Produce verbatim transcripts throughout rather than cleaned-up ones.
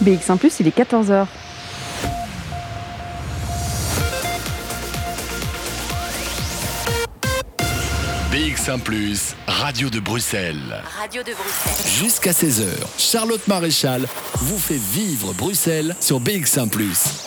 B X un plus, il est quatorze heures. B X un plus, Radio de Bruxelles. Radio de Bruxelles. Jusqu'à seize heures, Charlotte Maréchal vous fait vivre Bruxelles sur B X un plus.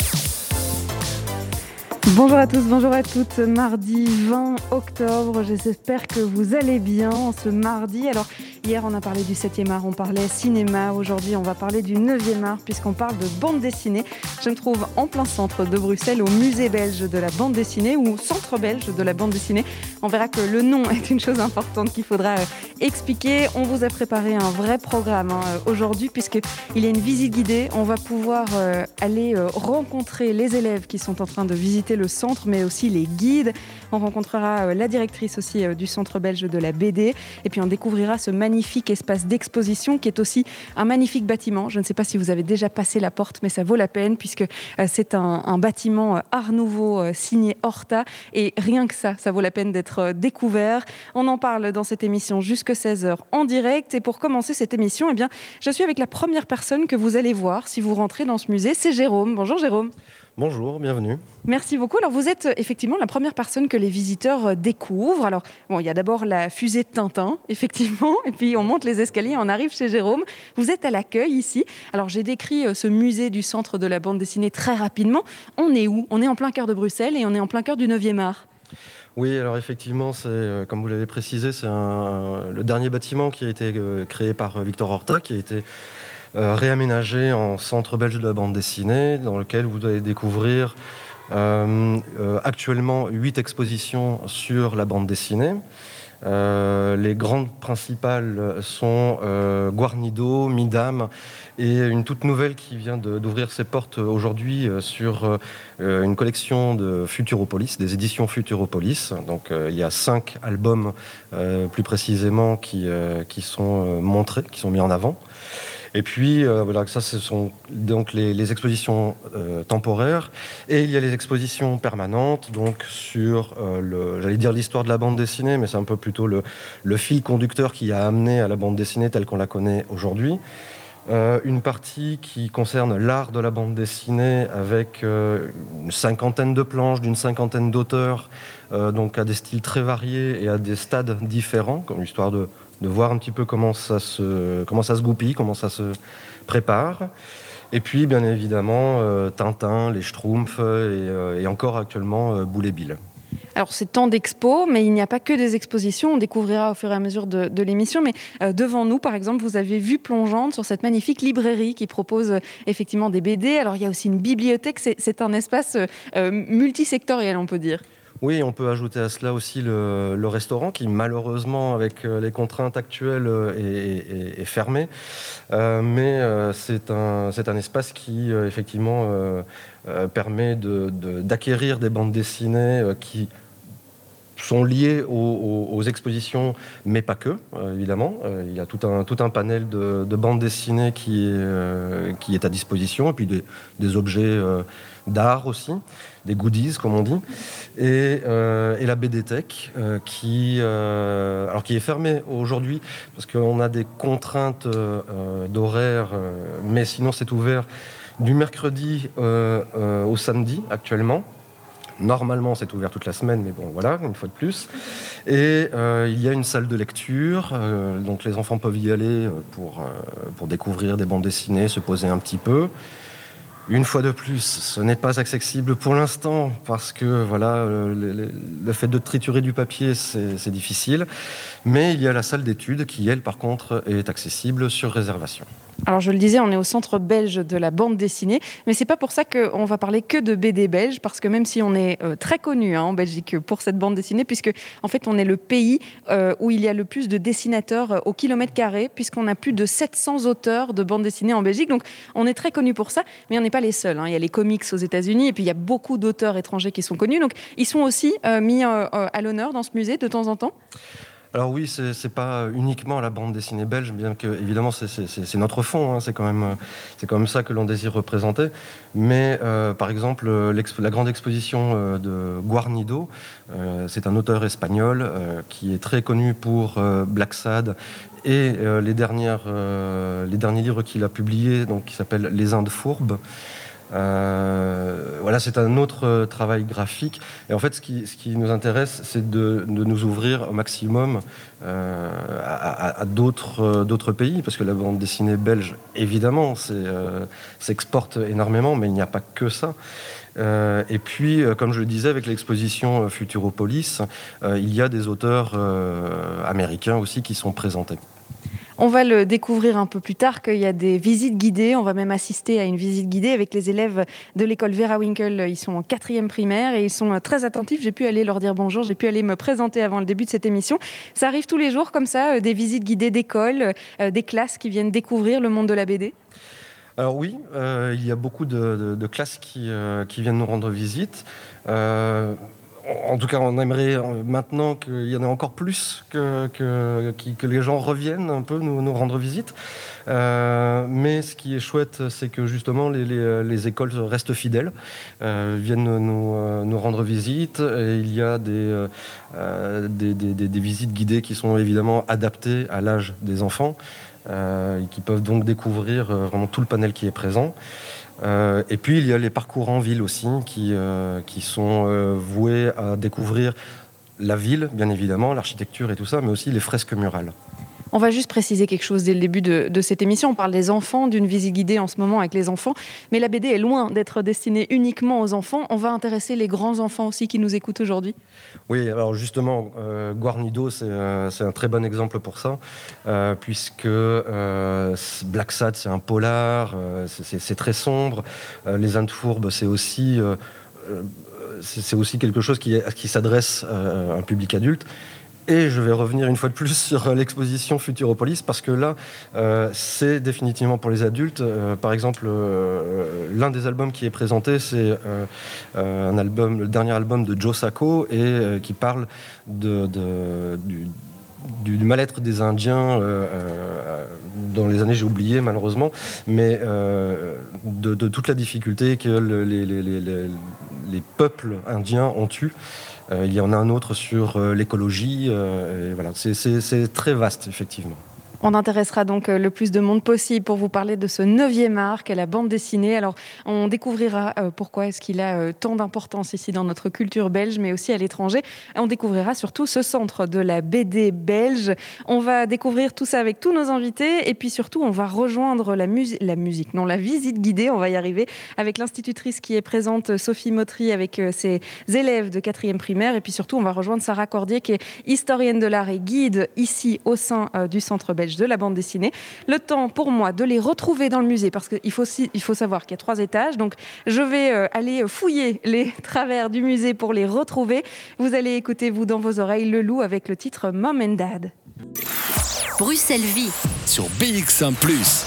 Bonjour à tous, bonjour à toutes. Mardi vingt octobre, j'espère que vous allez bien ce mardi. Alors, hier, on a parlé du septième art, on parlait cinéma. Aujourd'hui, on va parler du neuvième art, puisqu'on parle de bande dessinée. Je me trouve en plein centre de Bruxelles, au musée belge de la bande dessinée, ou centre belge de la bande dessinée. On verra que le nom est une chose importante qu'il faudra euh, expliquer. On vous a préparé un vrai programme hein, aujourd'hui, puisqu'il y a une visite guidée. On va pouvoir euh, aller euh, rencontrer les élèves qui sont en train de visiter le centre, mais aussi les guides. On rencontrera euh, la directrice aussi euh, du centre belge de la B D. Et puis on découvrira ce magnifique espace d'exposition qui est aussi un magnifique bâtiment. Je ne sais pas si vous avez déjà passé la porte, mais ça vaut la peine puisque euh, c'est un, un bâtiment euh, Art Nouveau euh, signé Horta. Et rien que ça, ça vaut la peine d'être euh, découvert. On en parle dans cette émission jusqu'à seize heures en direct. Et pour commencer cette émission, eh bien, je suis avec la première personne que vous allez voir si vous rentrez dans ce musée. C'est Jérôme. Bonjour Jérôme. Bonjour, bienvenue. Merci beaucoup. Alors, vous êtes effectivement la première personne que les visiteurs découvrent. Alors, bon, il y a d'abord la fusée de Tintin, effectivement, et puis on monte les escaliers, on arrive chez Jérôme. Vous êtes à l'accueil ici. Alors, j'ai décrit ce musée du centre de la bande dessinée très rapidement. On est où ? On est en plein cœur de Bruxelles et on est en plein cœur du neuvième art. Oui, alors effectivement, c'est, comme vous l'avez précisé, c'est un, le dernier bâtiment qui a été créé par Victor Horta, qui a été Euh, réaménagé en centre belge de la bande dessinée, dans lequel vous allez découvrir euh, euh, actuellement huit expositions sur la bande dessinée. Euh, les grandes principales sont euh, Guarnido, Midam et une toute nouvelle qui vient de, d'ouvrir ses portes aujourd'hui euh, sur euh, une collection de Futuropolis, des éditions Futuropolis. Donc euh, il y a cinq albums euh, plus précisément qui, euh, qui sont euh, montrés, qui sont mis en avant. Et puis, euh, voilà, ça, ce sont donc les, les expositions euh, temporaires. Et il y a les expositions permanentes, donc sur, euh, le, j'allais dire l'histoire de la bande dessinée, mais c'est un peu plutôt le, le fil conducteur qui a amené à la bande dessinée telle qu'on la connaît aujourd'hui. Euh, une partie qui concerne l'art de la bande dessinée avec euh, une cinquantaine de planches d'une cinquantaine d'auteurs, euh, donc à des styles très variés et à des stades différents, comme histoire de de voir un petit peu comment ça se, comment ça se goupille, comment ça se prépare. Et puis, bien évidemment, euh, Tintin, les Schtroumpfs et, euh, et encore actuellement euh, Boule et Bill. Alors, c'est tant d'expos, mais il n'y a pas que des expositions. On découvrira au fur et à mesure de, de l'émission. Mais euh, devant nous, par exemple, vous avez vue plongeante sur cette magnifique librairie qui propose euh, effectivement des B D. Alors, il y a aussi une bibliothèque. C'est, c'est un espace euh, multisectoriel, on peut dire. Oui, on peut ajouter à cela aussi le, le restaurant qui, malheureusement, avec les contraintes actuelles, est, est, est fermé. Euh, mais euh, c'est, un, c'est un espace qui, euh, effectivement, euh, euh, permet de, de, d'acquérir des bandes dessinées euh, qui sont liées aux, aux, aux expositions, mais pas que, euh, évidemment. Euh, il y a tout un, tout un panel de, de bandes dessinées qui est, euh, qui est à disposition, et puis des, des objets euh, d'art aussi, des goodies, comme on dit. Et, euh, et la B D Tech, euh, qui, euh, alors qui est fermée aujourd'hui, parce qu'on a des contraintes euh, d'horaire, euh, mais sinon c'est ouvert du mercredi euh, euh, au samedi, actuellement. Normalement, c'est ouvert toute la semaine, mais bon, voilà, une fois de plus. Et euh, il y a une salle de lecture, euh, donc les enfants peuvent y aller pour, euh, pour découvrir des bandes dessinées, se poser un petit peu. Une fois de plus, ce n'est pas accessible pour l'instant, parce que voilà, le, le, le fait de triturer du papier, c'est, c'est difficile. Mais il y a la salle d'études qui, elle, par contre, est accessible sur réservation. Alors je le disais, on est au centre belge de la bande dessinée, mais c'est pas pour ça qu'on va parler que de B D belge, parce que même si on est euh, très connu hein, en Belgique pour cette bande dessinée, puisque en fait on est le pays euh, où il y a le plus de dessinateurs euh, au kilomètre carré, puisqu'on a plus de sept cents auteurs de bande dessinée en Belgique, donc on est très connu pour ça, mais on n'est pas les seuls. Hein. Il y a les comics aux États-Unis, et puis il y a beaucoup d'auteurs étrangers qui sont connus, donc ils sont aussi euh, mis euh, à l'honneur dans ce musée de temps en temps. Alors oui, c'est, c'est pas uniquement la bande dessinée belge, bien que évidemment c'est, c'est, c'est notre fond, hein, c'est quand même c'est quand même ça que l'on désire représenter. Mais euh, par exemple, la grande exposition euh, de Guarnido, euh, c'est un auteur espagnol euh, qui est très connu pour euh, Black Sad et euh, les, dernières, euh, les derniers livres qu'il a publiés, donc, qui s'appellent Les Indes fourbes. Euh, voilà, c'est un autre travail graphique. Et en fait, ce qui, ce qui nous intéresse, c'est de, de nous ouvrir au maximum euh, à, à, à d'autres, d'autres pays, parce que la bande dessinée belge, évidemment, c'est, euh, s'exporte énormément, mais il n'y a pas que ça. Euh, et puis, euh, comme je le disais, avec l'exposition Futuropolis, euh, il y a des auteurs euh, américains aussi qui sont présentés. On va le découvrir un peu plus tard qu'il y a des visites guidées. On va même assister à une visite guidée avec les élèves de l'école Vera Winkel. Ils sont en quatrième primaire et ils sont très attentifs. J'ai pu aller leur dire bonjour, j'ai pu aller me présenter avant le début de cette émission. Ça arrive tous les jours comme ça, des visites guidées d'écoles, des classes qui viennent découvrir le monde de la B D. Alors oui, euh, il y a beaucoup de, de, de classes qui, euh, qui viennent nous rendre visite. Euh, En tout cas, on aimerait maintenant qu'il y en ait encore plus, que, que, que les gens reviennent un peu nous, nous rendre visite. Euh, mais ce qui est chouette, c'est que justement, les, les, les écoles restent fidèles, euh, viennent nous, nous rendre visite. Et il y a des, euh, des, des, des visites guidées qui sont évidemment adaptées à l'âge des enfants, euh, et qui peuvent donc découvrir vraiment tout le panel qui est présent. Euh, et puis il y a les parcours en ville aussi qui, euh, qui sont euh, voués à découvrir la ville, bien évidemment, l'architecture et tout ça, mais aussi les fresques murales. On va juste préciser quelque chose dès le début de, de cette émission. On parle des enfants, d'une visite guidée en ce moment avec les enfants, mais la B D est loin d'être destinée uniquement aux enfants. On va intéresser les grands-enfants aussi qui nous écoutent aujourd'hui. Oui, alors justement, euh, Guarnido, c'est, euh, c'est un très bon exemple pour ça, euh, puisque euh, Black Sad, c'est un polar, euh, c'est, c'est, c'est très sombre. Euh, les Indes fourbes, c'est aussi... Euh, c'est, c'est aussi quelque chose qui, qui s'adresse à un public adulte. Et je vais revenir une fois de plus sur l'exposition Futuropolis, parce que là, euh, c'est définitivement pour les adultes. Euh, par exemple, euh, l'un des albums qui est présenté, c'est euh, un album, le dernier album de Joe Sacco, et euh, qui parle de, de, du, du mal-être des Indiens euh, euh, dans les années, j'ai oublié malheureusement, mais euh, de, de toute la difficulté que le, les, les, les, les peuples indiens ont eue. Euh, il y en a un autre sur euh, l'écologie. Euh, et voilà. c'est, c'est, c'est très vaste, effectivement. On intéressera donc le plus de monde possible pour vous parler de ce neuvième art qu'est la bande dessinée. Alors, on découvrira pourquoi est-ce qu'il a tant d'importance ici dans notre culture belge, mais aussi à l'étranger. On découvrira surtout ce centre de la B D belge. On va découvrir tout ça avec tous nos invités. Et puis surtout, on va rejoindre la, mus- la musique, non, la visite guidée, on va y arriver, avec l'institutrice qui est présente, Sophie Motry, avec ses élèves de quatrième primaire. Et puis surtout, on va rejoindre Sarah Cordier, qui est historienne de l'art et guide ici au sein du centre belge de la bande dessinée. Le temps pour moi de les retrouver dans le musée, parce qu'il faut, il faut savoir qu'il y a trois étages, donc je vais euh, aller fouiller les travers du musée pour les retrouver. Vous allez écouter, vous, dans vos oreilles, Le Loup avec le titre Mom and Dad. Bruxelles Vie sur B X un plus.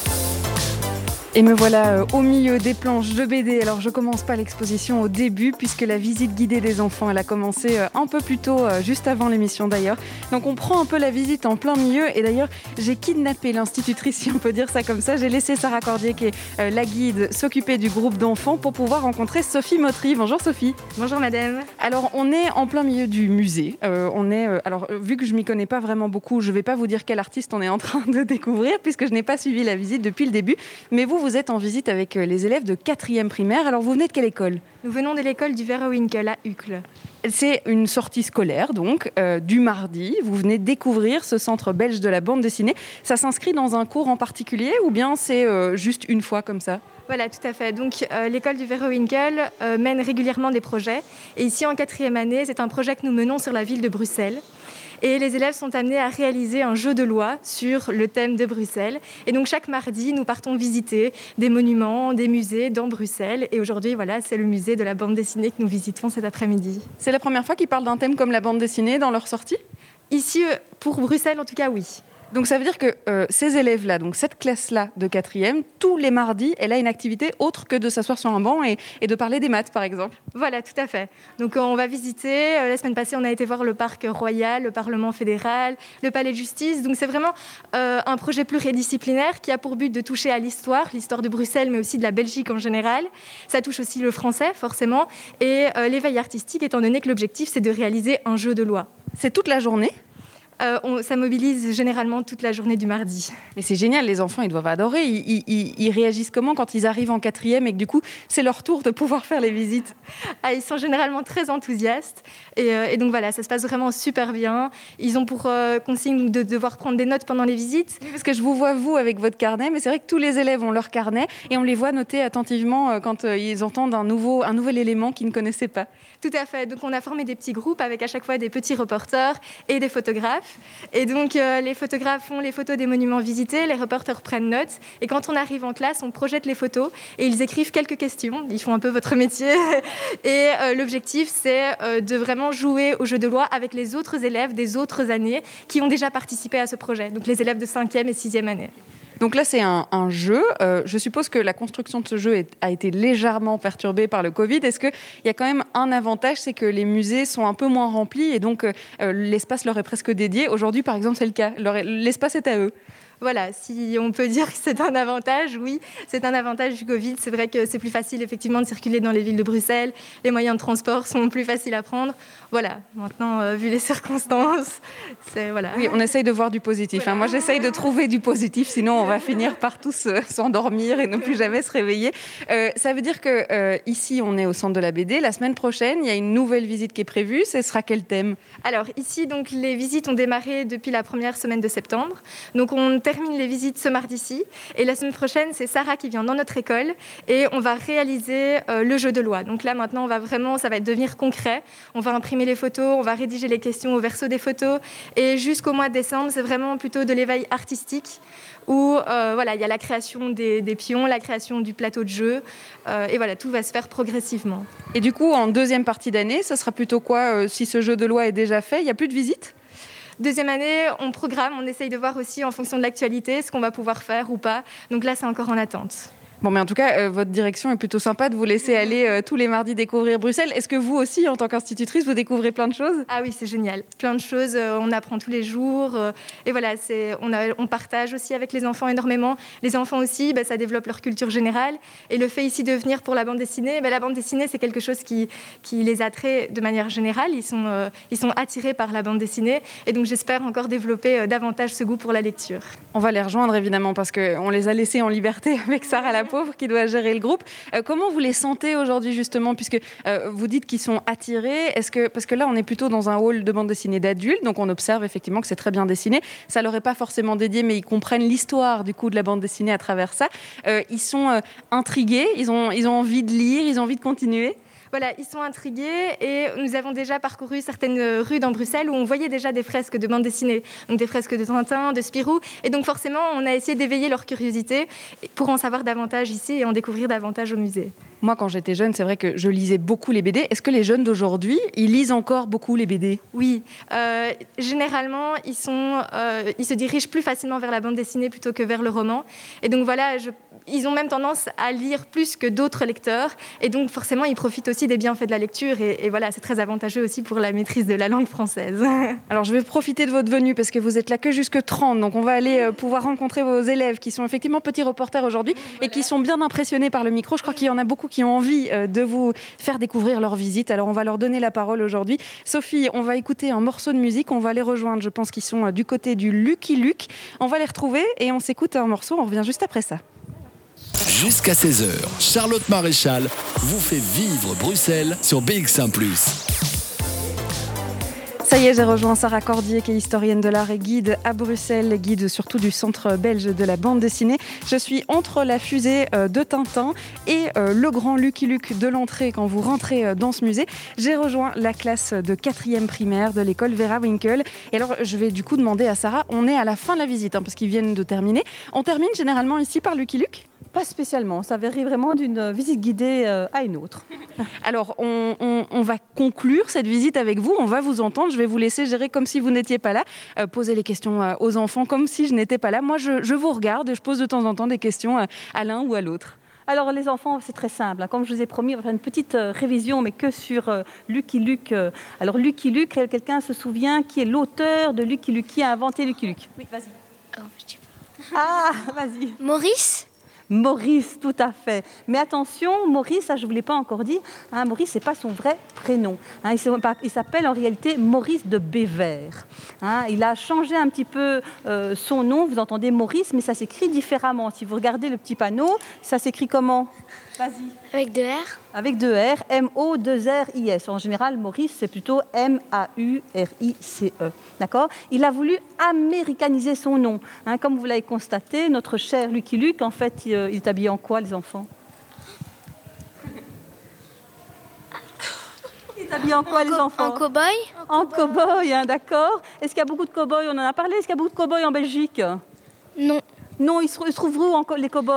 Et me voilà euh, au milieu des planches de B D. Alors je commence pas l'exposition au début, puisque la visite guidée des enfants, elle a commencé euh, un peu plus tôt, euh, juste avant l'émission d'ailleurs. Donc on prend un peu la visite en plein milieu. Et d'ailleurs, j'ai kidnappé l'institutrice, si on peut dire ça comme ça. J'ai laissé Sarah Cordier, qui est euh, la guide, s'occuper du groupe d'enfants pour pouvoir rencontrer Sophie Motry. Bonjour Sophie. Bonjour madame. Alors on est en plein milieu du musée. Euh, on est, euh, alors vu que je m'y connais pas vraiment beaucoup, je vais pas vous dire quel artiste on est en train de découvrir, puisque je n'ai pas suivi la visite depuis le début. Mais vous, vous êtes en visite avec les élèves de quatrième primaire. Alors vous venez de quelle école ? Nous venons de l'école du Vera Winkel à Uccle. C'est une sortie scolaire, donc, euh, du mardi. Vous venez découvrir ce centre belge de la bande dessinée. Ça s'inscrit dans un cours en particulier ou bien c'est euh, juste une fois comme ça ? Voilà, tout à fait. Donc, euh, l'école du Vera Winkel euh, mène régulièrement des projets. Et ici, en quatrième année, c'est un projet que nous menons sur la ville de Bruxelles. Et les élèves sont amenés à réaliser un jeu de loi sur le thème de Bruxelles. Et donc, chaque mardi, nous partons visiter des monuments, des musées dans Bruxelles. Et aujourd'hui, voilà, c'est le musée de la bande dessinée que nous visitons cet après-midi. C'est la première fois qu'ils parlent d'un thème comme la bande dessinée dans leur sortie ? Ici, pour Bruxelles, en tout cas, oui. Donc ça veut dire que euh, ces élèves-là, donc cette classe-là de quatrième, tous les mardis, elle a une activité autre que de s'asseoir sur un banc et, et de parler des maths, par exemple. Voilà, tout à fait. Donc on va visiter, euh, la semaine passée, on a été voir le parc royal, le Parlement fédéral, le palais de justice. Donc c'est vraiment euh, un projet pluridisciplinaire qui a pour but de toucher à l'histoire, l'histoire de Bruxelles, mais aussi de la Belgique en général. Ça touche aussi le français, forcément, et euh, l'éveil artistique, étant donné que l'objectif, c'est de réaliser un jeu de loi. C'est toute la journée ? euh, on, ça mobilise généralement toute la journée du mardi. Mais c'est génial, les enfants, ils doivent adorer. Ils, ils, ils réagissent comment quand ils arrivent en quatrième et que du coup, c'est leur tour de pouvoir faire les visites? Ah, ils sont généralement très enthousiastes. Et, euh, et donc voilà, ça se passe vraiment super bien. Ils ont pour euh, consigne de devoir prendre des notes pendant les visites. Oui, parce que je vous vois, vous, avec votre carnet, mais c'est vrai que tous les élèves ont leur carnet et on les voit noter attentivement quand ils entendent un, nouveau, un nouvel élément qu'ils ne connaissaient pas. Tout à fait. Donc, on a formé des petits groupes avec à chaque fois des petits reporters et des photographes. Et donc, euh, les photographes font les photos des monuments visités, les reporters prennent note. Et quand on arrive en classe, on projette les photos et ils écrivent quelques questions. Ils font un peu votre métier. Et euh, l'objectif, c'est euh, de vraiment jouer au jeu de loi avec les autres élèves des autres années qui ont déjà participé à ce projet. Donc, les élèves de cinquième et sixième année. Donc là, c'est un, un jeu. Euh, je suppose que la construction de ce jeu est, a été légèrement perturbée par le Covid. Est-ce qu'il y a quand même un avantage, c'est que les musées sont un peu moins remplis et donc euh, l'espace leur est presque dédié. Aujourd'hui, par exemple, c'est le cas. Leur, l'espace est à eux. Voilà, si on peut dire que c'est un avantage, oui, c'est un avantage du Covid. C'est vrai que c'est plus facile effectivement de circuler dans les villes de Bruxelles. Les moyens de transport sont plus faciles à prendre. Voilà, maintenant, euh, vu les circonstances, c'est voilà. Oui, on essaye de voir du positif. Voilà. Hein. Moi, j'essaye de trouver du positif, sinon on va finir par tous euh, s'endormir et ne plus jamais se réveiller. Euh, ça veut dire que euh, ici, on est au centre de la B D. La semaine prochaine, il y a une nouvelle visite qui est prévue. Ce sera quel thème? Alors ici, donc les visites ont démarré depuis la première semaine de septembre. Donc on termine les visites ce mardi-ci. Et la semaine prochaine, c'est Sarah qui vient dans notre école et on va réaliser euh, le jeu de loi. Donc là, maintenant, on va vraiment, ça va devenir concret. On va imprimer les photos, on va rédiger les questions au verso des photos. Et jusqu'au mois de décembre, c'est vraiment plutôt de l'éveil artistique où euh, voilà, il y a la création des, des pions, la création du plateau de jeu. Euh, et voilà, tout va se faire progressivement. Et du coup, en deuxième partie d'année, ça sera plutôt quoi euh, si ce jeu de loi est déjà fait? Il n'y a plus de visites? Deuxième année, on programme, on essaye de voir aussi en fonction de l'actualité ce qu'on va pouvoir faire ou pas. Donc là, c'est encore en attente. Bon, mais en tout cas, euh, votre direction est plutôt sympa de vous laisser aller euh, tous les mardis découvrir Bruxelles. Est-ce que vous aussi, en tant qu'institutrice, vous découvrez plein de choses? Ah oui, c'est génial. Plein de choses, euh, on apprend tous les jours. Euh, et voilà, c'est, on, a, on partage aussi avec les enfants énormément. Les enfants aussi, bah, ça développe leur culture générale. Et le fait ici de venir pour la bande dessinée, bah, la bande dessinée, c'est quelque chose qui, qui les attrait de manière générale. Ils sont, euh, ils sont attirés par la bande dessinée. Et donc, j'espère encore développer euh, davantage ce goût pour la lecture. On va les rejoindre, évidemment, parce qu'on les a laissés en liberté avec Sarah la pauvre qui doit gérer le groupe. Euh, comment vous les sentez aujourd'hui, justement, puisque euh, vous dites qu'ils sont attirés? Est-ce que, parce que là, on est plutôt dans un hall de bande dessinée d'adultes, donc on observe effectivement que c'est très bien dessiné. Ça leur est pas forcément dédié, mais ils comprennent l'histoire du coup de la bande dessinée à travers ça. Euh, ils sont euh, intrigués, ils ont, ils ont envie de lire, ils ont envie de continuer. Voilà, ils sont intrigués et nous avons déjà parcouru certaines rues dans Bruxelles où on voyait déjà des fresques de bande dessinée, donc des fresques de Tintin, de Spirou. Et donc forcément, on a essayé d'éveiller leur curiosité pour en savoir davantage ici et en découvrir davantage au musée. Moi, quand j'étais jeune, c'est vrai que je lisais beaucoup les B D. Est-ce que les jeunes d'aujourd'hui, ils lisent encore beaucoup les B D? Oui, euh, généralement, ils, sont, euh, ils se dirigent plus facilement vers la bande dessinée plutôt que vers le roman. Et donc voilà, je, ils ont même tendance à lire plus que d'autres lecteurs. Et donc forcément, ils profitent aussi des bienfaits de la lecture. Et, et voilà, c'est très avantageux aussi pour la maîtrise de la langue française. Alors, je vais profiter de votre venue parce que vous êtes là que jusque trente. Donc, on va aller euh, pouvoir rencontrer vos élèves qui sont effectivement petits reporters aujourd'hui et qui sont bien impressionnés par le micro. Je crois qu'il y en a beaucoup qui ont envie euh, de vous faire découvrir leur visite. Alors, on va leur donner la parole aujourd'hui. Sophie, on va écouter un morceau de musique. On va les rejoindre. Je pense qu'ils sont euh, du côté du Lucky Luke. On va les retrouver et on s'écoute un morceau. On revient juste après ça. Jusqu'à seize heures, Charlotte Maréchal vous fait vivre Bruxelles sur B X un plus. Ça y est, j'ai rejoint Sarah Cordier, qui est historienne de l'art et guide à Bruxelles, guide surtout du Centre belge de la bande dessinée. Je suis entre la fusée de Tintin et le grand Lucky Luke de l'entrée quand vous rentrez dans ce musée. J'ai rejoint la classe de quatrième primaire de l'école Vera Winkle. Et alors, je vais du coup demander à Sarah, on est à la fin de la visite, hein, parce qu'ils viennent de terminer. On termine généralement ici par Lucky Luke ? Pas spécialement, ça varie vraiment d'une visite guidée à une autre. Alors, on, on, on va conclure cette visite avec vous, on va vous entendre, je vais vous laisser gérer comme si vous n'étiez pas là, euh, poser les questions euh, aux enfants comme si je n'étais pas là. Moi, je, je vous regarde et je pose de temps en temps des questions euh, à l'un ou à l'autre. Alors les enfants, c'est très simple. Comme je vous ai promis, on va faire une petite euh, révision, mais que sur euh, Lucky Luke. Euh. Alors Lucky Luke, quelqu'un se souvient qui est l'auteur de Lucky Luke, qui a inventé Lucky Luke? Oui, vas-y. Oh, je sais pas. Ah, vas-y. Maurice? Maurice, tout à fait. Mais attention, Maurice, ça je ne vous l'ai pas encore dit, hein, Maurice, ce n'est pas son vrai prénom. Hein, il s'appelle en réalité Maurice de Bévert. Hein, il a changé un petit peu euh, son nom, vous entendez Maurice, mais ça s'écrit différemment. Si vous regardez le petit panneau, ça s'écrit comment ? Vas-y. Avec deux R. Avec deux R, M O deux R I S. En général, Maurice, c'est plutôt M A U R I C E. D'accord ? Il a voulu américaniser son nom. Hein, comme vous l'avez constaté, notre cher Lucky Luke, en fait, il, il est habillé en quoi, les enfants ? Il est habillé en quoi, en les co- enfants ? En cow-boy. En cow-boy, hein, d'accord. Est-ce qu'il y a beaucoup de cow-boys ? On en a parlé. Est-ce qu'il y a beaucoup de cow-boys en Belgique ? Non. Non, ils se, ils se trouvent où, en co- les cow-boys ?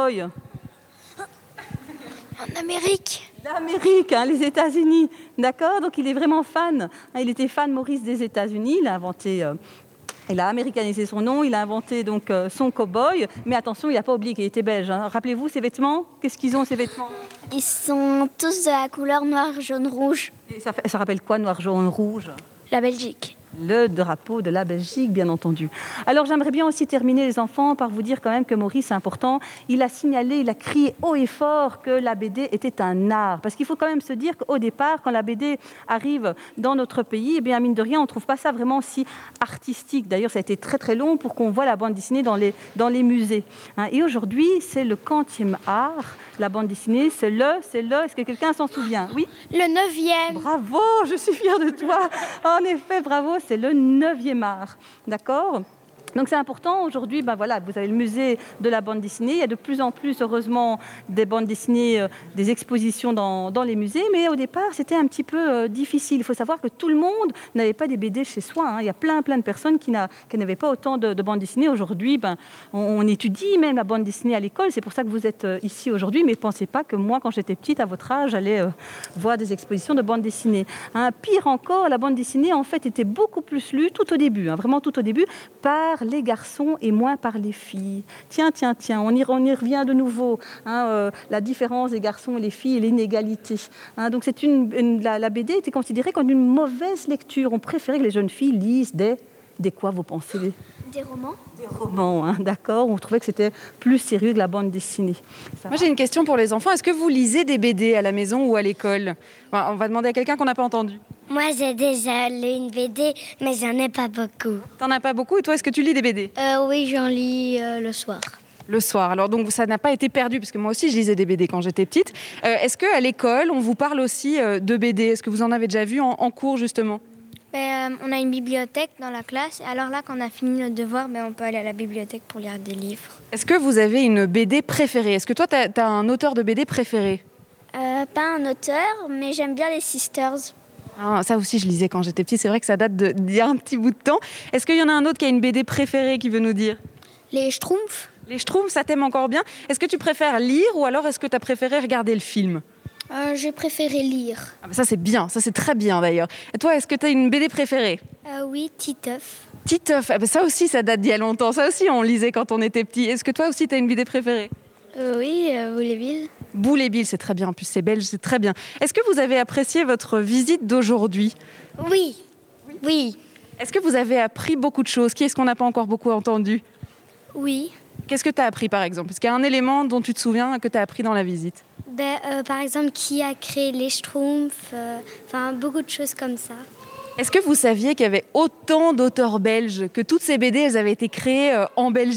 En Amérique. L'Amérique, hein, les États-Unis, d'accord. Donc il est vraiment fan. Hein, il était fan Maurice des États-Unis. Il a inventé, euh, il a américanisé son nom. Il a inventé donc euh, son cow-boy. Mais attention, il n'a pas oublié qu'il était belge. Hein. Rappelez-vous ses vêtements. Qu'est-ce qu'ils ont ces vêtements ? Ils sont tous de la couleur noir, jaune, rouge. Et ça, fait- ça rappelle quoi, noir, jaune, rouge ? La Belgique. Le drapeau de la Belgique, bien entendu. Alors, j'aimerais bien aussi terminer, les enfants, par vous dire quand même que Maurice, c'est important. Il a signalé, il a crié haut et fort que la B D était un art. Parce qu'il faut quand même se dire qu'au départ, quand la B D arrive dans notre pays, eh bien, mine de rien, on ne trouve pas ça vraiment si artistique. D'ailleurs, ça a été très, très long pour qu'on voit la bande dessinée dans les, dans les musées. Hein, et aujourd'hui, c'est le quantième art. La bande dessinée, c'est le, c'est le. Est-ce que quelqu'un s'en souvient ? Oui ? Le neuvième. Bravo, je suis fière de toi. En effet, bravo, c'est le neuvième art. D'accord ? Donc c'est important aujourd'hui, ben voilà, vous avez le musée de la bande dessinée, il y a de plus en plus heureusement des bandes dessinées, euh, des expositions dans, dans les musées, mais au départ c'était un petit peu euh, difficile. Il faut savoir que tout le monde n'avait pas des B D chez soi, hein. Il y a plein plein de personnes qui, n'a, qui n'avaient pas autant de, de bandes dessinées. Aujourd'hui, ben, on, on étudie même la bande dessinée à l'école, c'est pour ça que vous êtes euh, ici aujourd'hui, mais ne pensez pas que moi quand j'étais petite, à votre âge, j'allais euh, voir des expositions de bande dessinée. Hein. Pire encore, la bande dessinée en fait était beaucoup plus lue tout au début, hein, vraiment tout au début, par les garçons et moins par les filles. Tiens, tiens, tiens, on y, on y revient de nouveau. Hein, euh, la différence des garçons et les filles et l'inégalité. Hein, donc c'est une, une, la, la B D était considérée comme une mauvaise lecture. On préférait que les jeunes filles lisent des... Des quoi, vous pensez ? Des romans. Des romans, hein, d'accord. On trouvait que c'était plus sérieux que la bande dessinée. Ça Moi, j'ai une question pour les enfants. Est-ce que vous lisez des B D à la maison ou à l'école ? Enfin, on va demander à quelqu'un qu'on n'a pas entendu. Moi, j'ai déjà lu une B D, mais j'en ai pas beaucoup. T'en as pas beaucoup. Et toi, est-ce que tu lis des B D ? Euh, oui, j'en lis euh, le soir. Le soir. Alors donc ça n'a pas été perdu, parce que moi aussi je lisais des B D quand j'étais petite. Euh, est-ce qu'à l'école, on vous parle aussi euh, de B D ? Est-ce que vous en avez déjà vu en, en cours justement ? Ben, euh, on a une bibliothèque dans la classe. Alors là, quand on a fini notre devoir, ben, on peut aller à la bibliothèque pour lire des livres. Est-ce que vous avez une B D préférée ? Est-ce que toi, tu as un auteur de B D préféré ? Euh, pas un auteur, mais j'aime bien les Sisters. Ah, ça aussi, je lisais quand j'étais petite. C'est vrai que ça date de- d'il y a un petit bout de temps. Est-ce qu'il y en a un autre qui a une B D préférée qui veut nous dire ? Les Schtroumpfs. Les Schtroumpfs, ça t'aime encore bien. Est-ce que tu préfères lire ou alors est-ce que tu as préféré regarder le film ? Euh, j'ai préféré lire. Ah, bah ça, c'est bien. Ça, c'est très bien d'ailleurs. Et toi, est-ce que tu as une B D préférée ? Euh, oui, Titeuf. Titeuf, ah, bah ça aussi, ça date d'il y a longtemps. Ça aussi, on lisait quand on était petit. Est-ce que toi aussi, tu as une B D préférée ? Euh, oui, euh, Boule-et-Bill. Boule et Bill, c'est très bien. En plus, c'est belge, c'est très bien. Est-ce que vous avez apprécié votre visite d'aujourd'hui ? Oui. Oui. Est-ce que vous avez appris beaucoup de choses ? Qui est-ce qu'on n'a pas encore beaucoup entendu ? Oui. Qu'est-ce que tu as appris, par exemple ? Est-ce qu'il y a un élément dont tu te souviens que tu as appris dans la visite ? Ben, euh, par exemple, qui a créé les Schtroumpfs, euh, enfin beaucoup de choses comme ça. Est-ce que vous saviez qu'il y avait autant d'auteurs belges, que toutes ces B D, elles avaient été créées euh, en Belgique ?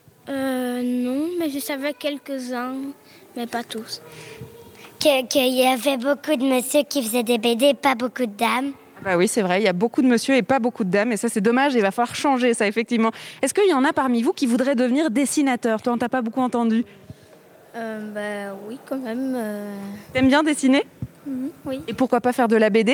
Euh, non, mais je savais quelques-uns, mais pas tous. Qu'il que y avait beaucoup de messieurs qui faisaient des B D, pas beaucoup de dames. Bah oui, c'est vrai, il y a beaucoup de monsieur et pas beaucoup de dames, et ça c'est dommage, il va falloir changer ça, effectivement. Est-ce qu'il y en a parmi vous qui voudraient devenir dessinateur ? Toi, on t'a pas beaucoup entendu. Euh, ben oui, quand même. Euh... T'aimes bien dessiner ? mhm, oui. Et pourquoi pas faire de la B D ?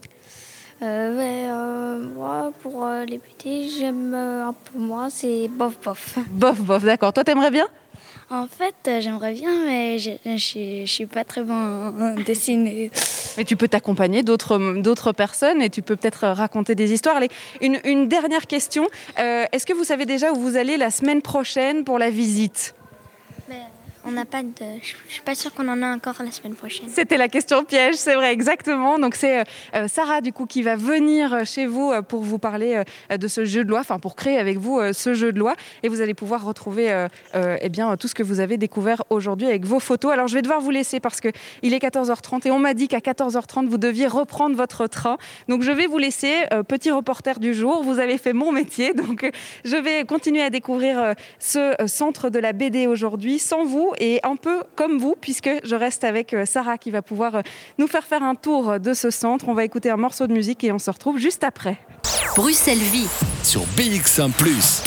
Euh, ben, euh, moi, pour euh, les B D, j'aime euh, un peu moins, c'est bof bof. Bof, bof, d'accord. Toi, t'aimerais bien ? En fait, euh, j'aimerais bien, mais je ne suis pas très bon en dessiner. Mais tu peux t'accompagner d'autres, d'autres personnes et tu peux peut-être raconter des histoires. Allez, une, une dernière question. Euh, est-ce que vous savez déjà où vous allez la semaine prochaine pour la visite ? Mais, On n'a pas de... Je ne suis pas sûre qu'on en a encore la semaine prochaine. C'était la question piège, c'est vrai, exactement. Donc c'est euh, Sarah du coup qui va venir chez vous pour vous parler euh, de ce jeu de loi, enfin pour créer avec vous euh, ce jeu de loi, et vous allez pouvoir retrouver euh, euh, eh bien tout ce que vous avez découvert aujourd'hui avec vos photos. Alors je vais devoir vous laisser parce que il est quatorze heures trente et on m'a dit qu'à quatorze heures trente vous deviez reprendre votre train. Donc je vais vous laisser, euh, petit reporter du jour. Vous avez fait mon métier, donc euh, je vais continuer à découvrir euh, ce euh, centre de la B D aujourd'hui sans vous. Et un peu comme vous, puisque je reste avec Sarah qui va pouvoir nous faire faire un tour de ce centre. On va écouter un morceau de musique et on se retrouve juste après. Bruxelles Vie sur B X un plus.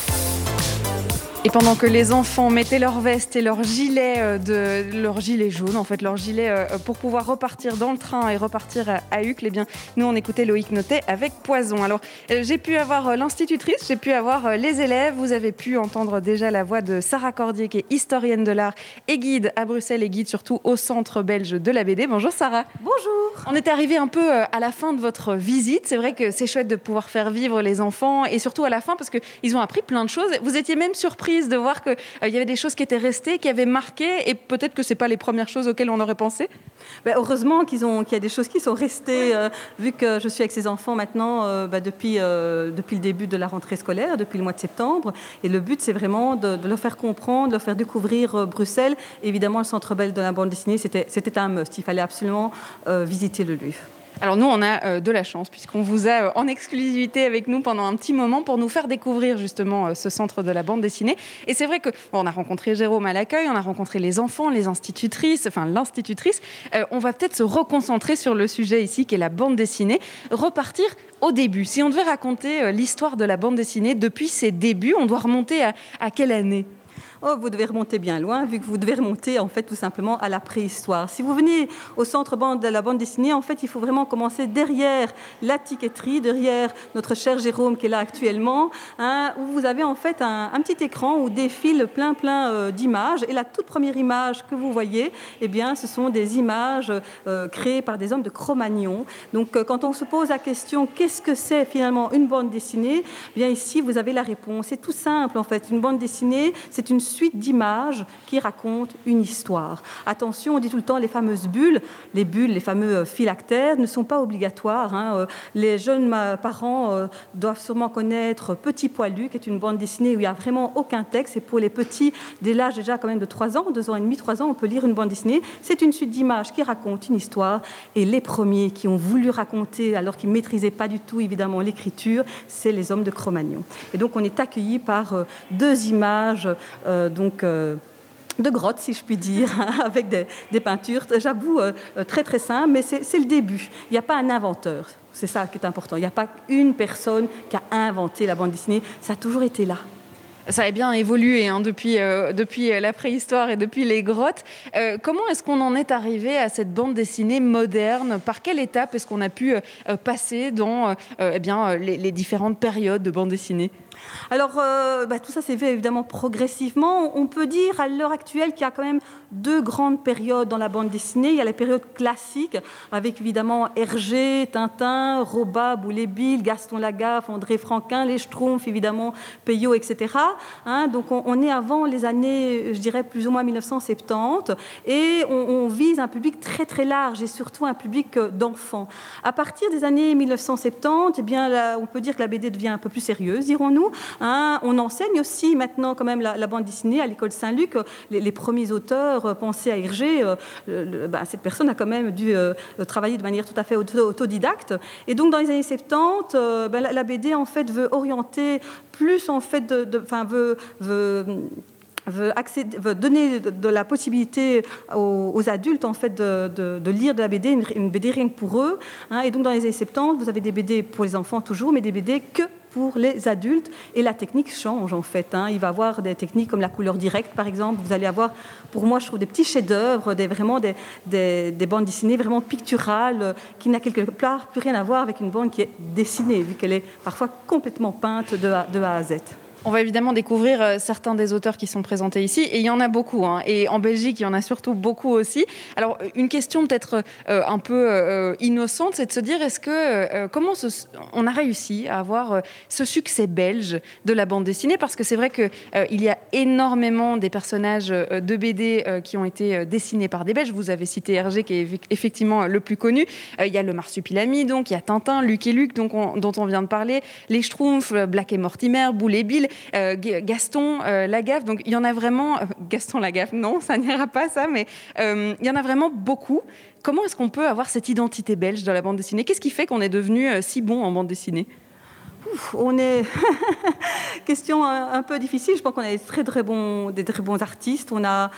Et pendant que les enfants mettaient leur veste et leur gilet, de, leur gilet jaune, en fait, leur gilet pour pouvoir repartir dans le train et repartir à Uccle, eh bien, nous, on écoutait Loïc Notet avec Poison. Alors, j'ai pu avoir l'institutrice, j'ai pu avoir les élèves. Vous avez pu entendre déjà la voix de Sarah Cordier, qui est historienne de l'art et guide à Bruxelles et guide surtout au Centre belge de la B D. Bonjour Sarah. Bonjour. On est arrivé un peu à la fin de votre visite. C'est vrai que c'est chouette de pouvoir faire vivre les enfants et surtout à la fin parce qu'ils ont appris plein de choses. Vous étiez même surprise de voir qu'il euh, y avait des choses qui étaient restées, qui avaient marqué et peut-être que ce n'est pas les premières choses auxquelles on aurait pensé. Ben, heureusement qu'ils ont, qu'il y a des choses qui sont restées, euh, vu que je suis avec ces enfants maintenant euh, ben, depuis, euh, depuis le début de la rentrée scolaire, depuis le mois de septembre. Et le but, c'est vraiment de, de leur faire comprendre, de leur faire découvrir euh, Bruxelles. Évidemment, le Centre belge de la bande dessinée, c'était, c'était un must. Il fallait absolument euh, visiter le lieu. Alors nous, on a euh, de la chance puisqu'on vous a euh, en exclusivité avec nous pendant un petit moment pour nous faire découvrir justement euh, ce centre de la bande dessinée. Et c'est vrai que bon, on a rencontré Jérôme à l'accueil, on a rencontré les enfants, les institutrices, enfin l'institutrice. Euh, on va peut-être se reconcentrer sur le sujet ici qui est la bande dessinée, repartir au début. Si on devait raconter euh, l'histoire de la bande dessinée depuis ses débuts, on doit remonter à, à quelle année ? Oh, vous devez remonter bien loin, vu que vous devez remonter en fait tout simplement à la préhistoire. Si vous venez au centre bande de la bande dessinée, en fait, il faut vraiment commencer derrière la tiquetterie, derrière notre cher Jérôme qui est là actuellement, hein, où vous avez en fait un, un petit écran où défile plein plein euh, d'images. Et la toute première image que vous voyez, eh bien, ce sont des images euh, créées par des hommes de Cro-Magnon. Donc, euh, quand on se pose la question, qu'est-ce que c'est finalement une bande dessinée ? Eh bien, ici, vous avez la réponse. C'est tout simple en fait. Une bande dessinée, c'est une suite d'images qui racontent une histoire. Attention, on dit tout le temps les fameuses bulles. Les bulles, les fameux phylactères ne sont pas obligatoires. Hein. Les jeunes parents euh, doivent sûrement connaître Petit Poilu, qui est une bande dessinée où il n'y a vraiment aucun texte. Et pour les petits, dès l'âge déjà quand même de trois ans, deux ans et demi, trois ans, on peut lire une bande dessinée. C'est une suite d'images qui raconte une histoire. Et les premiers qui ont voulu raconter, alors qu'ils ne maîtrisaient pas du tout évidemment l'écriture, c'est les hommes de Cro-Magnon. Et donc on est accueillis par euh, deux images euh, donc euh, de grottes, si je puis dire, avec des, des peintures, j'avoue, euh, très très simples, mais c'est, c'est le début. Il n'y a pas un inventeur, c'est ça qui est important. Il n'y a pas une personne qui a inventé la bande dessinée, ça a toujours été là. Ça a bien évolué hein, depuis, euh, depuis la préhistoire et depuis les grottes. Euh, comment est-ce qu'on en est arrivé à cette bande dessinée moderne ? Par quelle étape est-ce qu'on a pu euh, passer dans euh, eh bien, les, les différentes périodes de bande dessinée ? Alors, euh, bah, tout ça s'est fait évidemment progressivement. On peut dire à l'heure actuelle qu'il y a quand même deux grandes périodes dans la bande dessinée. Il y a la période classique, avec évidemment Hergé, Tintin, Robat, Boulet-Bill, Gaston Lagaffe, André Franquin, les Schtroumpfs, évidemment, Peyo, et cetera. Hein, donc, on, on est avant les années, je dirais, plus ou moins dix-neuf cent soixante-dix, et on, on vise un public très, très large, et surtout un public d'enfants. À partir des années dix-neuf cent soixante-dix, eh bien, là, on peut dire que la B D devient un peu plus sérieuse, dirons-nous. Hein, on enseigne aussi maintenant quand même la, la bande dessinée à l'école Saint-Luc. Les, les premiers auteurs euh, pensaient à Hergé. Euh, le, bah, cette personne a quand même dû euh, travailler de manière tout à fait auto, autodidacte. Et donc dans les années soixante-dix, euh, bah, la, la B D en fait veut orienter plus en fait de, de, enfin veut, veut Veut, accéder, veut donner de, de la possibilité aux, aux adultes en fait de, de, de lire de la B D, une, une B D rien que pour eux. Hein, et donc dans les années soixante-dix, vous avez des B D pour les enfants toujours, mais des B D que pour les adultes. Et la technique change en fait. Hein. Il va y avoir des techniques comme la couleur directe par exemple. Vous allez avoir, pour moi je trouve, des petits chefs-d'œuvre, des, vraiment des, des, des bandes dessinées vraiment picturales qui n'a quelque part plus rien à voir avec une bande qui est dessinée, vu qu'elle est parfois complètement peinte de A, de A à Z. On va évidemment découvrir euh, certains des auteurs qui sont présentés ici, et il y en a beaucoup, hein. Et en Belgique, il y en a surtout beaucoup aussi. Alors, une question peut-être euh, un peu euh, innocente, c'est de se dire, est-ce que, euh, comment ce, on a réussi à avoir euh, ce succès belge de la bande dessinée? Parce que c'est vrai qu'il euh, y a énormément des personnages euh, de B D euh, qui ont été euh, dessinés par des Belges. Vous avez cité Hergé, qui est effectivement le plus connu. Euh, il y a le Marsupilami, donc il y a Tintin, Luc et Luc, donc on, dont on vient de parler, les Schtroumpfs, Black et Mortimer, Boule et Bill, Euh, Gaston euh, Lagaffe, donc il y en a vraiment... Euh, Gaston Lagaffe, non, ça n'ira pas ça, mais euh, il y en a vraiment beaucoup. Comment est-ce qu'on peut avoir cette identité belge dans la bande dessinée? Qu'est-ce qui fait qu'on est devenu euh, si bon en bande dessinée? Ouf, on est... Question un, un peu difficile. Je pense qu'on a des très, très bons, des très bons artistes. On a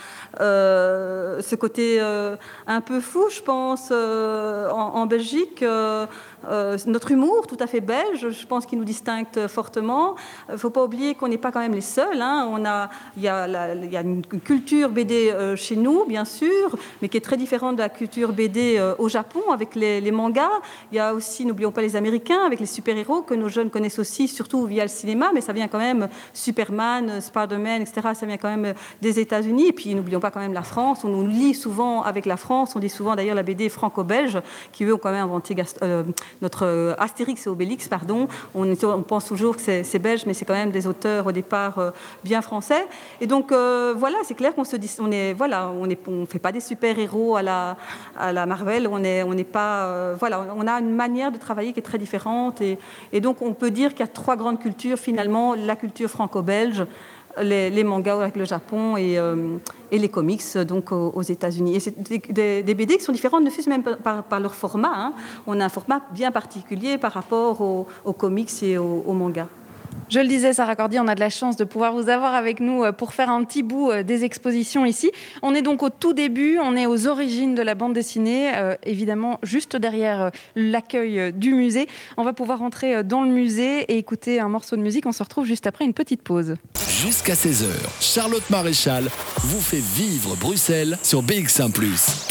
euh, ce côté euh, un peu fou, je pense, euh, en, en Belgique. Euh, Euh, notre humour tout à fait belge, je pense qu'il nous distingue fortement. Il ne faut pas oublier qu'on n'est pas quand même les seuls, hein. On a, il y a la, il y a une culture B D euh, chez nous, bien sûr, mais qui est très différente de la culture B D euh, au Japon, avec les, les mangas. Il y a aussi, n'oublions pas les Américains, avec les super-héros que nos jeunes connaissent aussi, surtout via le cinéma, mais ça vient quand même Superman, Spider-Man, et cetera. Ça vient quand même des États-Unis. Et puis, n'oublions pas quand même la France. On nous lit souvent avec la France. On dit souvent d'ailleurs la B D franco-belge, qui eux ont quand même inventé Gaston, euh, notre Astérix et Obélix, pardon. On, on pense toujours que c'est, c'est belge, mais c'est quand même des auteurs au départ euh, bien français. Et donc euh, voilà, c'est clair qu'on se dit, on est, voilà, on est, on fait pas des super-héros à la, à la Marvel. On est, on n'est pas, euh, voilà, on a une manière de travailler qui est très différente. Et, et donc on peut dire qu'il y a trois grandes cultures finalement: la culture franco-belge, Les, les mangas avec le Japon et, euh, et les comics donc aux, aux États-Unis. Et c'est des, des, des B D qui sont différentes, ne fût-ce même par, par leur format, hein. On a un format bien particulier par rapport aux, aux comics et aux, aux mangas. Je le disais, Sarah Cordier, on a de la chance de pouvoir vous avoir avec nous pour faire un petit bout des expositions ici. On est donc au tout début, on est aux origines de la bande dessinée, euh, évidemment juste derrière l'accueil du musée. On va pouvoir entrer dans le musée et écouter un morceau de musique. On se retrouve juste après une petite pause. Jusqu'à seize heures, Charlotte Maréchal vous fait vivre Bruxelles sur B X un plus.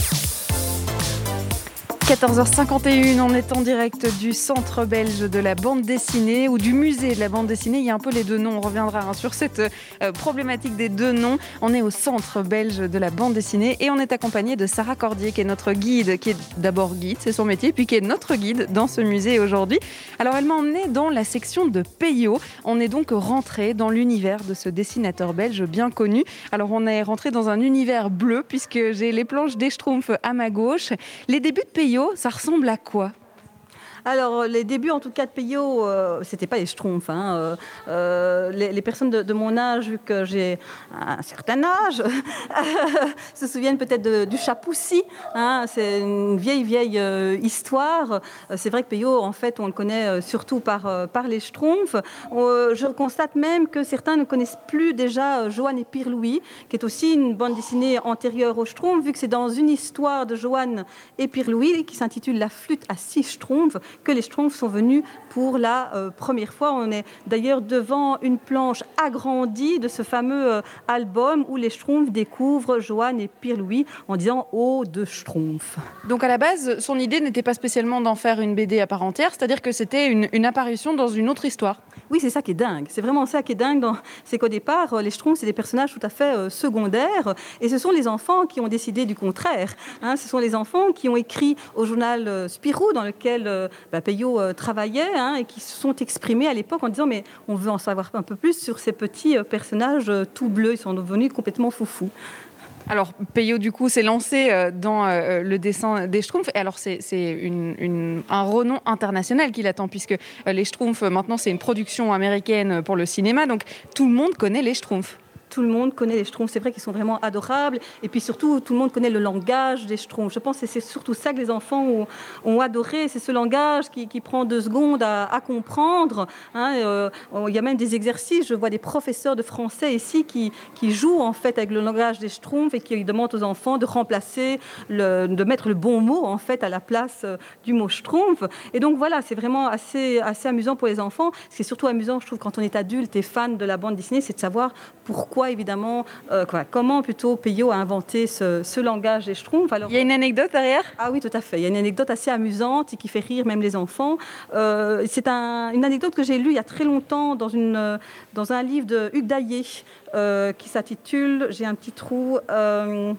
quatorze heures cinquante et une, on est en direct du Centre belge de la bande dessinée ou du musée de la bande dessinée. Il y a un peu les deux noms, on reviendra hein, sur cette euh, problématique des deux noms. On est au Centre belge de la bande dessinée et on est accompagné de Sarah Cordier, qui est notre guide, qui est d'abord guide, c'est son métier, puis qui est notre guide dans ce musée aujourd'hui. Alors elle m'a emmenée dans la section de Peyo. On est donc rentré dans l'univers de ce dessinateur belge bien connu. Alors on est rentré dans un univers bleu puisque j'ai les planches des Schtroumpfs à ma gauche. Les débuts de Peyo, ça ressemble à quoi? Alors, les débuts, en tout cas, de Peyo, euh, c'était pas les Schtroumpfs. Hein. Euh, euh, les, les personnes de, de mon âge, vu que j'ai un certain âge, se souviennent peut-être de, du Chapoussi. Hein. C'est une vieille, vieille euh, histoire. C'est vrai que Peyo, en fait, on le connaît surtout par, euh, par les Schtroumpfs. Euh, je constate même que certains ne connaissent plus déjà euh, Johan et Pirlouis, qui est aussi une bande dessinée antérieure aux Schtroumpfs, vu que c'est dans une histoire de Johan et Pirlouis qui s'intitule La flûte à six Schtroumpfs que les Schtroumpfs sont venus pour la euh, première fois. On est d'ailleurs devant une planche agrandie de ce fameux euh, album où les Schtroumpfs découvrent Johan et Pirlouis en disant « Oh, de Schtroumpfs ». Donc à la base, son idée n'était pas spécialement d'en faire une B D à part entière, c'est-à-dire que c'était une, une apparition dans une autre histoire. Oui, c'est ça qui est dingue. C'est vraiment ça qui est dingue. Dans... C'est qu'au départ, les Schtroumpfs, c'est des personnages tout à fait euh, secondaires. Et ce sont les enfants qui ont décidé du contraire. Hein. Ce sont les enfants qui ont écrit au journal euh, Spirou, dans lequel euh, bah, Peyo euh, travaillait, hein, et qui se sont exprimés à l'époque en disant « Mais on veut en savoir un peu plus sur ces petits euh, personnages euh, tout bleus. Ils sont devenus complètement foufous. » Alors, Peyo, du coup, s'est lancé dans euh, le dessin des Schtroumpfs. Et alors, c'est, c'est une, une, un renom international qui l'attend, puisque euh, les Schtroumpfs, maintenant, c'est une production américaine pour le cinéma. Donc, tout le monde connaît les Schtroumpfs. Tout le monde connaît les Schtroumpfs. C'est vrai qu'ils sont vraiment adorables. Et puis surtout, tout le monde connaît le langage des Schtroumpfs. Je pense que c'est surtout ça que les enfants ont, ont adoré. C'est ce langage qui, qui prend deux secondes à, à comprendre. Hein. Euh, il y a même des exercices. Je vois des professeurs de français ici qui, qui jouent en fait avec le langage des Schtroumpfs et qui demandent aux enfants de remplacer, le, de mettre le bon mot en fait à la place du mot Schtroumpf. Et donc voilà, c'est vraiment assez, assez amusant pour les enfants. Ce qui est surtout amusant, je trouve, quand on est adulte et fan de la bande dessinée, c'est de savoir pourquoi pourquoi évidemment, euh, quoi, comment plutôt Peyo a inventé ce, ce langage des Schtroumpfs. Alors, il y a une anecdote derrière ? Ah oui, tout à fait. Il y a une anecdote assez amusante et qui fait rire même les enfants. Euh, c'est un, une anecdote que j'ai lue il y a très longtemps dans, une, dans un livre de Hugues Daillé euh, qui s'intitule, j'ai un petit trou... Euh,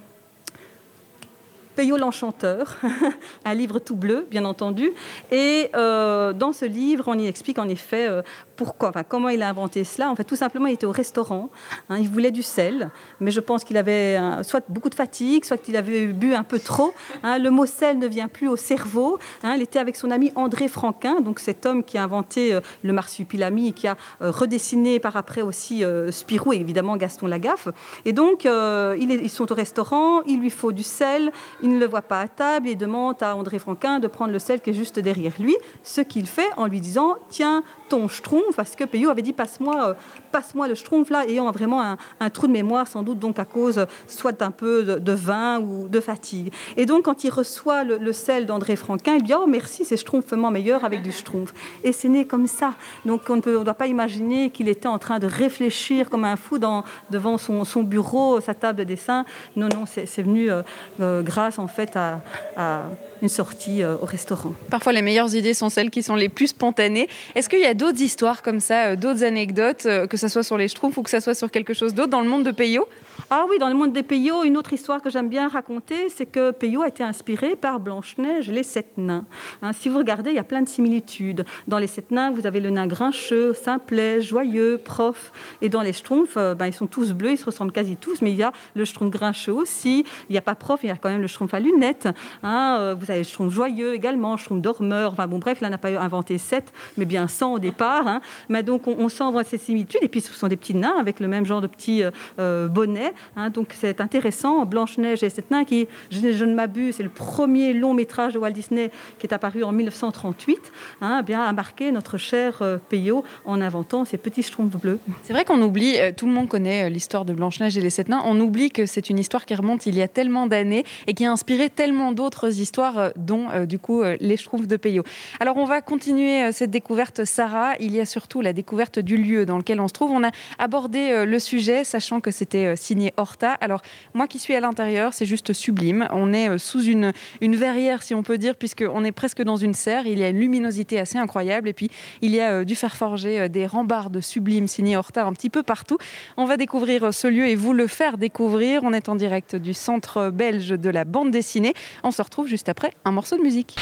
Peyo l'Enchanteur, un livre tout bleu, bien entendu. Et euh, dans ce livre, on y explique en effet euh, pourquoi, enfin, comment il a inventé cela. En fait, tout simplement, il était au restaurant, hein, il voulait du sel, mais je pense qu'il avait euh, soit beaucoup de fatigue, soit qu'il avait bu un peu trop. Hein, le mot sel ne vient plus au cerveau. Hein, il était avec son ami André Franquin, donc cet homme qui a inventé euh, le marsupilami et qui a euh, redessiné par après aussi euh, Spirou et évidemment Gaston Lagaffe. Et donc, euh, il est, ils sont au restaurant, il lui faut du sel. Il ne le voit pas à table et demande à André Franquin de prendre le sel qui est juste derrière lui, ce qu'il fait en lui disant « Tiens, ton schtroumpf », parce que Peyo avait dit « Passe-moi euh, passe-moi le schtroumpf », là, ayant vraiment un, un trou de mémoire, sans doute donc à cause soit d'un peu de, de vin ou de fatigue. Et donc, quand il reçoit le, le sel d'André Franquin, il dit « Oh, merci, c'est schtroumpfement meilleur avec du schtroumpf ». Et c'est né comme ça. Donc, on ne doit pas imaginer qu'il était en train de réfléchir comme un fou dans, devant son, son bureau, sa table de dessin. Non, non, c'est, c'est venu euh, euh, grâce en fait à, à une sortie euh, au restaurant. Parfois, les meilleures idées sont celles qui sont les plus spontanées. Est-ce qu'il y a d'autres histoires comme ça, euh, d'autres anecdotes, euh, que ce soit sur les Schtroumpfs ou que ce soit sur quelque chose d'autre dans le monde de Peyo ? Ah oui, dans le monde des Peyo, une autre histoire que j'aime bien raconter, c'est que Peyo a été inspiré par Blanche-Neige et les Sept Nains. Hein, si vous regardez, il y a plein de similitudes. Dans les Sept Nains, vous avez le nain grincheux, simplet, joyeux, prof. Et dans les Schtroumpfs, euh, ben, ils sont tous bleus, ils se ressemblent quasi tous, mais il y a le Schtroumpf grincheux aussi. Il n'y a pas prof, il y a quand même le Schtroumpf à lunettes. Hein, euh, vous avez le Schtroumpf joyeux également, le Schtroumpf dormeur. Enfin bon, bref, là, on n'a pas inventé sept, mais bien cent au départ. Hein. Mais donc, on, on sent ces similitudes. Et puis, ce sont des petits nains avec le même genre de petits euh, bonnets. Hein, donc c'est intéressant. Blanche-Neige et les Sept Nains, qui, je, je ne m'abuse, c'est le premier long métrage de Walt Disney qui est apparu en dix-neuf cent trente-huit, hein, bien, a marqué notre cher euh, Peyo en inventant ces petits schtroumpfs bleus. C'est vrai qu'on oublie, euh, tout le monde connaît euh, l'histoire de Blanche-Neige et les Sept Nains, on oublie que c'est une histoire qui remonte il y a tellement d'années et qui a inspiré tellement d'autres histoires, euh, dont euh, du coup euh, les Schtroumpfs de Peyo. Alors on va continuer euh, cette découverte, Sarah. Il y a surtout la découverte du lieu dans lequel on se trouve. On a abordé euh, le sujet, sachant que c'était euh, signé Horta. Alors, moi qui suis à l'intérieur, c'est juste sublime. On est sous une, une verrière, si on peut dire, puisqu'on est presque dans une serre. Il y a une luminosité assez incroyable. Et puis, il y a du fer forgé, des rambardes sublimes signés Horta un petit peu partout. On va découvrir ce lieu et vous le faire découvrir. On est en direct du Centre belge de la bande dessinée. On se retrouve juste après un morceau de musique.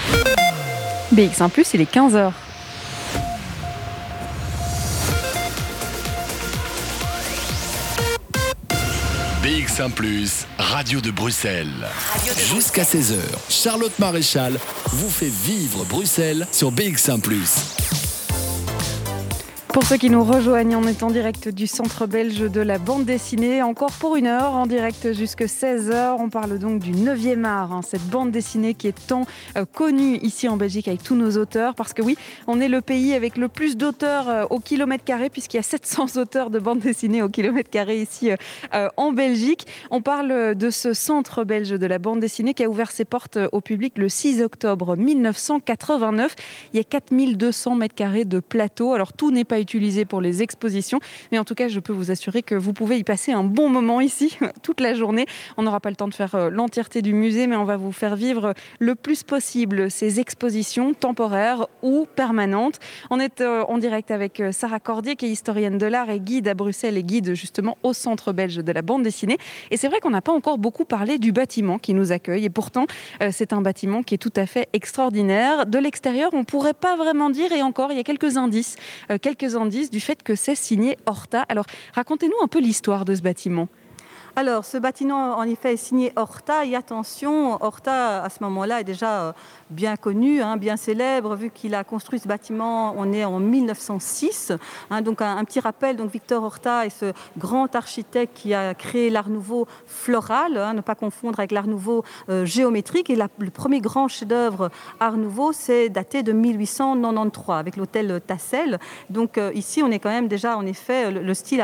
B X un plus, il est quinze heures. B X un plus, Radio de Bruxelles. Radio de Jusqu'à seize heures, Charlotte Maréchal vous fait vivre Bruxelles sur B X un plus. Pour ceux qui nous rejoignent, on est en direct du Centre belge de la bande dessinée, encore pour une heure, en direct jusqu'à seize heures. On parle donc du neuvième art, hein, cette bande dessinée qui est tant euh, connue ici en Belgique avec tous nos auteurs, parce que oui, on est le pays avec le plus d'auteurs euh, au kilomètre carré, puisqu'il y a sept cents auteurs de bande dessinée au kilomètre carré ici euh, en Belgique. On parle de ce Centre belge de la bande dessinée qui a ouvert ses portes au public le six octobre mille neuf cent quatre-vingt-neuf. Il y a quatre mille deux cents mètres carrés de plateau. Alors tout n'est pas utilisé pour les expositions, mais en tout cas je peux vous assurer que vous pouvez y passer un bon moment ici toute la journée. On n'aura pas le temps de faire l'entièreté du musée, mais on va vous faire vivre le plus possible ces expositions temporaires ou permanentes. On est en direct avec Sarah Cordier qui est historienne de l'art et guide à Bruxelles et guide justement au Centre belge de la bande dessinée. Et c'est vrai qu'on n'a pas encore beaucoup parlé du bâtiment qui nous accueille, et pourtant c'est un bâtiment qui est tout à fait extraordinaire. De l'extérieur, on ne pourrait pas vraiment dire, et encore il y a quelques indices, quelques indices du fait que c'est signé Horta. Alors, racontez-nous un peu l'histoire de ce bâtiment. Alors, ce bâtiment, en effet, est signé Horta. Et attention, Horta, à ce moment-là, est déjà bien connu, hein, bien célèbre, vu qu'il a construit ce bâtiment, on est en mille neuf cent six. Hein, donc, un, un petit rappel, donc Victor Horta est ce grand architecte qui a créé l'Art Nouveau floral, hein, ne pas confondre avec l'Art Nouveau euh, géométrique. Et la, le premier grand chef-d'œuvre Art Nouveau, c'est daté de mille huit cent quatre-vingt-treize, avec l'hôtel Tassel. Donc, euh, ici, on est quand même déjà, en effet, le, le style a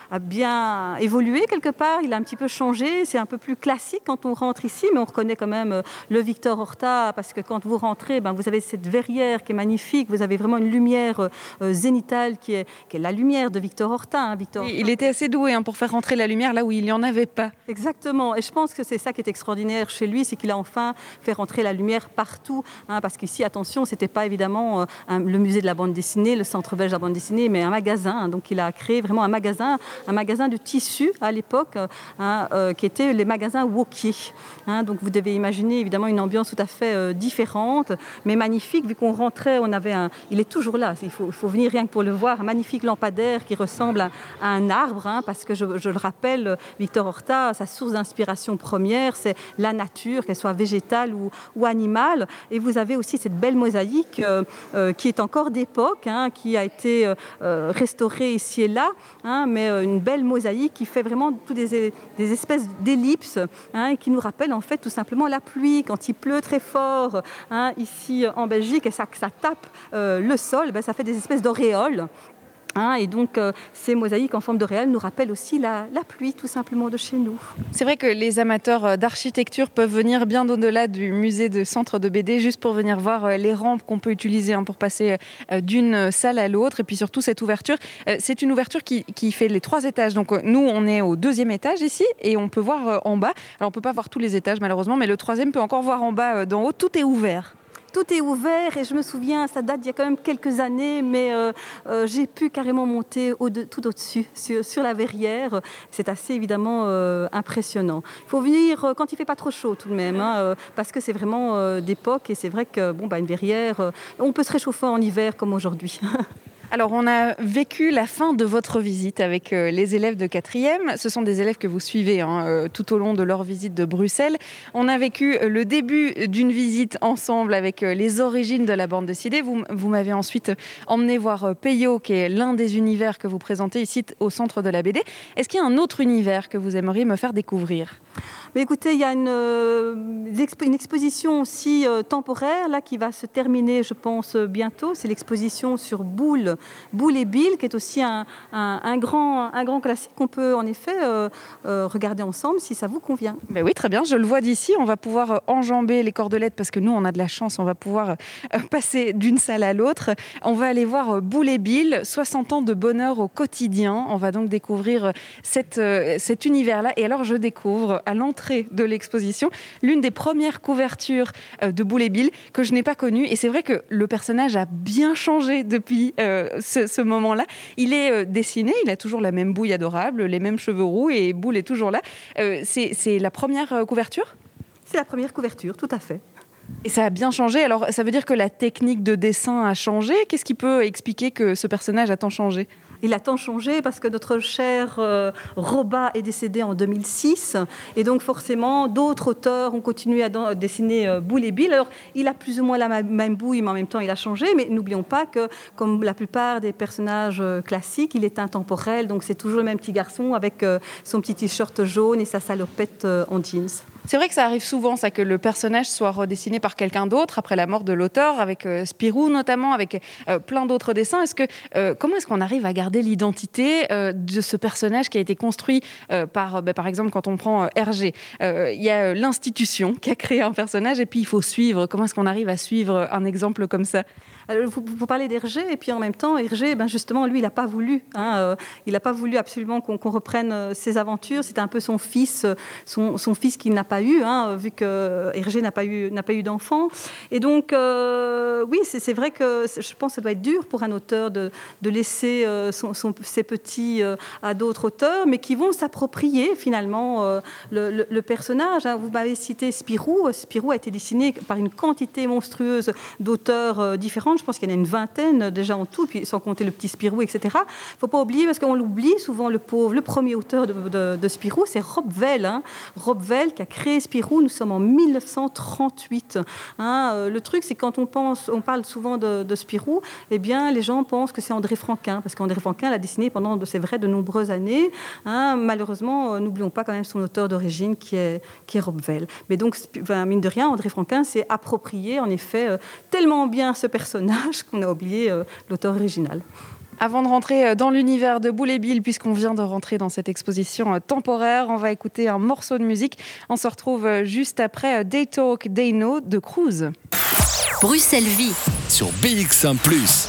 a bien évolué quelque part, il a un petit peu changé, c'est un peu plus classique quand on rentre ici, mais on reconnaît quand même le Victor Horta, parce que quand vous rentrez, ben, vous avez cette verrière qui est magnifique, vous avez vraiment une lumière euh, zénitale qui est, qui est la lumière de Victor Horta. Hein, Victor Horta. Il était assez doué hein, pour faire rentrer la lumière là où il n'y en avait pas. Exactement, et je pense que c'est ça qui est extraordinaire chez lui, c'est qu'il a enfin fait rentrer la lumière partout, hein, parce qu'ici, attention, c'était pas évidemment euh, un, le musée de la bande dessinée, le centre belge de la bande dessinée, mais un magasin, hein, donc il a créé vraiment un magasin, un magasin de tissus à l'époque, hein, euh, qui était les magasins Wauquiez. Hein, donc vous devez imaginer évidemment une ambiance tout à fait euh, différente, mais magnifique, vu qu'on rentrait, on avait un, il est toujours là, il faut, il faut venir rien que pour le voir, un magnifique lampadaire qui ressemble à, à un arbre, hein, parce que je, je le rappelle, Victor Horta, sa source d'inspiration première, c'est la nature, qu'elle soit végétale ou, ou animale, et vous avez aussi cette belle mosaïque euh, euh, qui est encore d'époque, hein, qui a été euh, restaurée ici et là, hein, mais euh, une belle mosaïque qui fait vraiment toutes des, des espèces d'ellipses, hein, et qui nous rappelle en fait tout simplement la pluie quand il pleut très fort, hein, ici en Belgique, et ça, que ça tape euh, le sol, ben, ça fait des espèces d'auréoles. Hein, et donc, euh, ces mosaïques en forme d'auréole nous rappellent aussi la, la pluie, tout simplement, de chez nous. C'est vrai que les amateurs d'architecture peuvent venir bien au-delà du musée de centre de B D, juste pour venir voir les rampes qu'on peut utiliser hein, pour passer d'une salle à l'autre. Et puis surtout, cette ouverture, c'est une ouverture qui, qui fait les trois étages. Donc, nous, on est au deuxième étage ici, et on peut voir en bas. Alors, on ne peut pas voir tous les étages, malheureusement, mais le troisième peut encore voir en bas, d'en haut. Tout est ouvert. Tout est ouvert et je me souviens, ça date d'il y a quand même quelques années, mais euh, euh, j'ai pu carrément monter au de, tout au-dessus, sur, sur la verrière. C'est assez évidemment euh, impressionnant. Il faut venir euh, quand il ne fait pas trop chaud tout de même, hein, euh, parce que c'est vraiment euh, d'époque et c'est vrai que bon, bah, une verrière, euh, on peut se réchauffer en hiver comme aujourd'hui. Alors, on a vécu la fin de votre visite avec euh, les élèves de quatrième. Ce sont des élèves que vous suivez hein, euh, tout au long de leur visite de Bruxelles. On a vécu euh, le début d'une visite ensemble avec euh, les origines de la bande dessinée. Vous, vous m'avez ensuite emmené voir euh, Peyo, qui est l'un des univers que vous présentez ici au centre de la B D. Est-ce qu'il y a un autre univers que vous aimeriez me faire découvrir ? Mais écoutez, il y a une, euh, une exposition aussi euh, temporaire là, qui va se terminer, je pense, bientôt. C'est l'exposition sur Boule, Boule et Bill, qui est aussi un, un, un, grand, un grand classique qu'on peut en effet euh, euh, regarder ensemble si ça vous convient. Ben oui, très bien, je le vois d'ici. On va pouvoir enjamber les cordelettes parce que nous, on a de la chance, on va pouvoir passer d'une salle à l'autre. On va aller voir Boule et Bill, soixante ans de bonheur au quotidien. On va donc découvrir cette, cet univers-là. Et alors, je découvre à l'entrée de l'exposition l'une des premières couvertures de Boule et Bill que je n'ai pas connue. Et c'est vrai que le personnage a bien changé depuis euh, ce, ce moment-là. Il est euh, dessiné, il a toujours la même bouille adorable, les mêmes cheveux roux et Boule est toujours là. Euh, c'est, c'est la première euh, couverture ? C'est la première couverture, tout à fait. Et ça a bien changé. Alors, ça veut dire que la technique de dessin a changé. Qu'est-ce qui peut expliquer que ce personnage a tant changé ? Il a tant changé parce que notre cher euh, Roba est décédé en deux mille six et donc forcément d'autres auteurs ont continué à dessiner euh, Boule et Bill. Alors il a plus ou moins la même bouille mais en même temps il a changé, mais n'oublions pas que comme la plupart des personnages euh, classiques, il est intemporel, donc c'est toujours le même petit garçon avec euh, son petit t-shirt jaune et sa salopette euh, en jeans. C'est vrai que ça arrive souvent, ça, que le personnage soit redessiné par quelqu'un d'autre après la mort de l'auteur, avec euh, Spirou notamment, avec euh, plein d'autres dessins. Est-ce que, euh, comment est-ce qu'on arrive à garder l'identité euh, de ce personnage qui a été construit euh, par, bah, par exemple, quand on prend euh, Hergé, euh, il y a euh, l'institution qui a créé un personnage et puis il faut suivre. Comment est-ce qu'on arrive à suivre un exemple comme ça ? Alors, vous, vous parlez d'Hergé, et puis en même temps, Hergé, ben justement, lui, il n'a pas voulu. Hein, euh, il n'a pas voulu absolument qu'on, qu'on reprenne euh, ses aventures. C'était un peu son fils, son, son fils qu'il n'a pas eu, hein, vu que Hergé n'a pas eu, n'a pas eu d'enfant. Et donc, euh, oui, c'est, c'est vrai que je pense que ça doit être dur pour un auteur de, de laisser euh, son, son, ses petits euh, à d'autres auteurs, mais qui vont s'approprier finalement euh, le, le, le personnage. Hein. Vous m'avez cité Spirou. Spirou a été dessiné par une quantité monstrueuse d'auteurs euh, différents. Je pense qu'il y en a une vingtaine déjà en tout, puis sans compter le petit Spirou, et cetera. Il ne faut pas oublier, parce qu'on l'oublie souvent, le pauvre, le premier auteur de, de, de Spirou, c'est Rob Vell. Hein. Rob Vell qui a créé Spirou, nous sommes en mille neuf cent trente-huit. Hein. Euh, le truc, c'est que quand on, pense, on parle souvent de, de Spirou, eh bien, les gens pensent que c'est André Franquin, parce qu'André Franquin l'a dessiné pendant, c'est vrai, de nombreuses années. Hein. Malheureusement, euh, n'oublions pas quand même son auteur d'origine, qui est, qui est Rob Vell. Mais donc, enfin, mine de rien, André Franquin s'est approprié, en effet, euh, tellement bien ce personnage qu'on a oublié euh, l'auteur original. Avant de rentrer dans l'univers de Boule et Bill, puisqu'on vient de rentrer dans cette exposition temporaire, on va écouter un morceau de musique. On se retrouve juste après They Talk, They Know de Cruz. Bruxelles Vie sur B X un plus.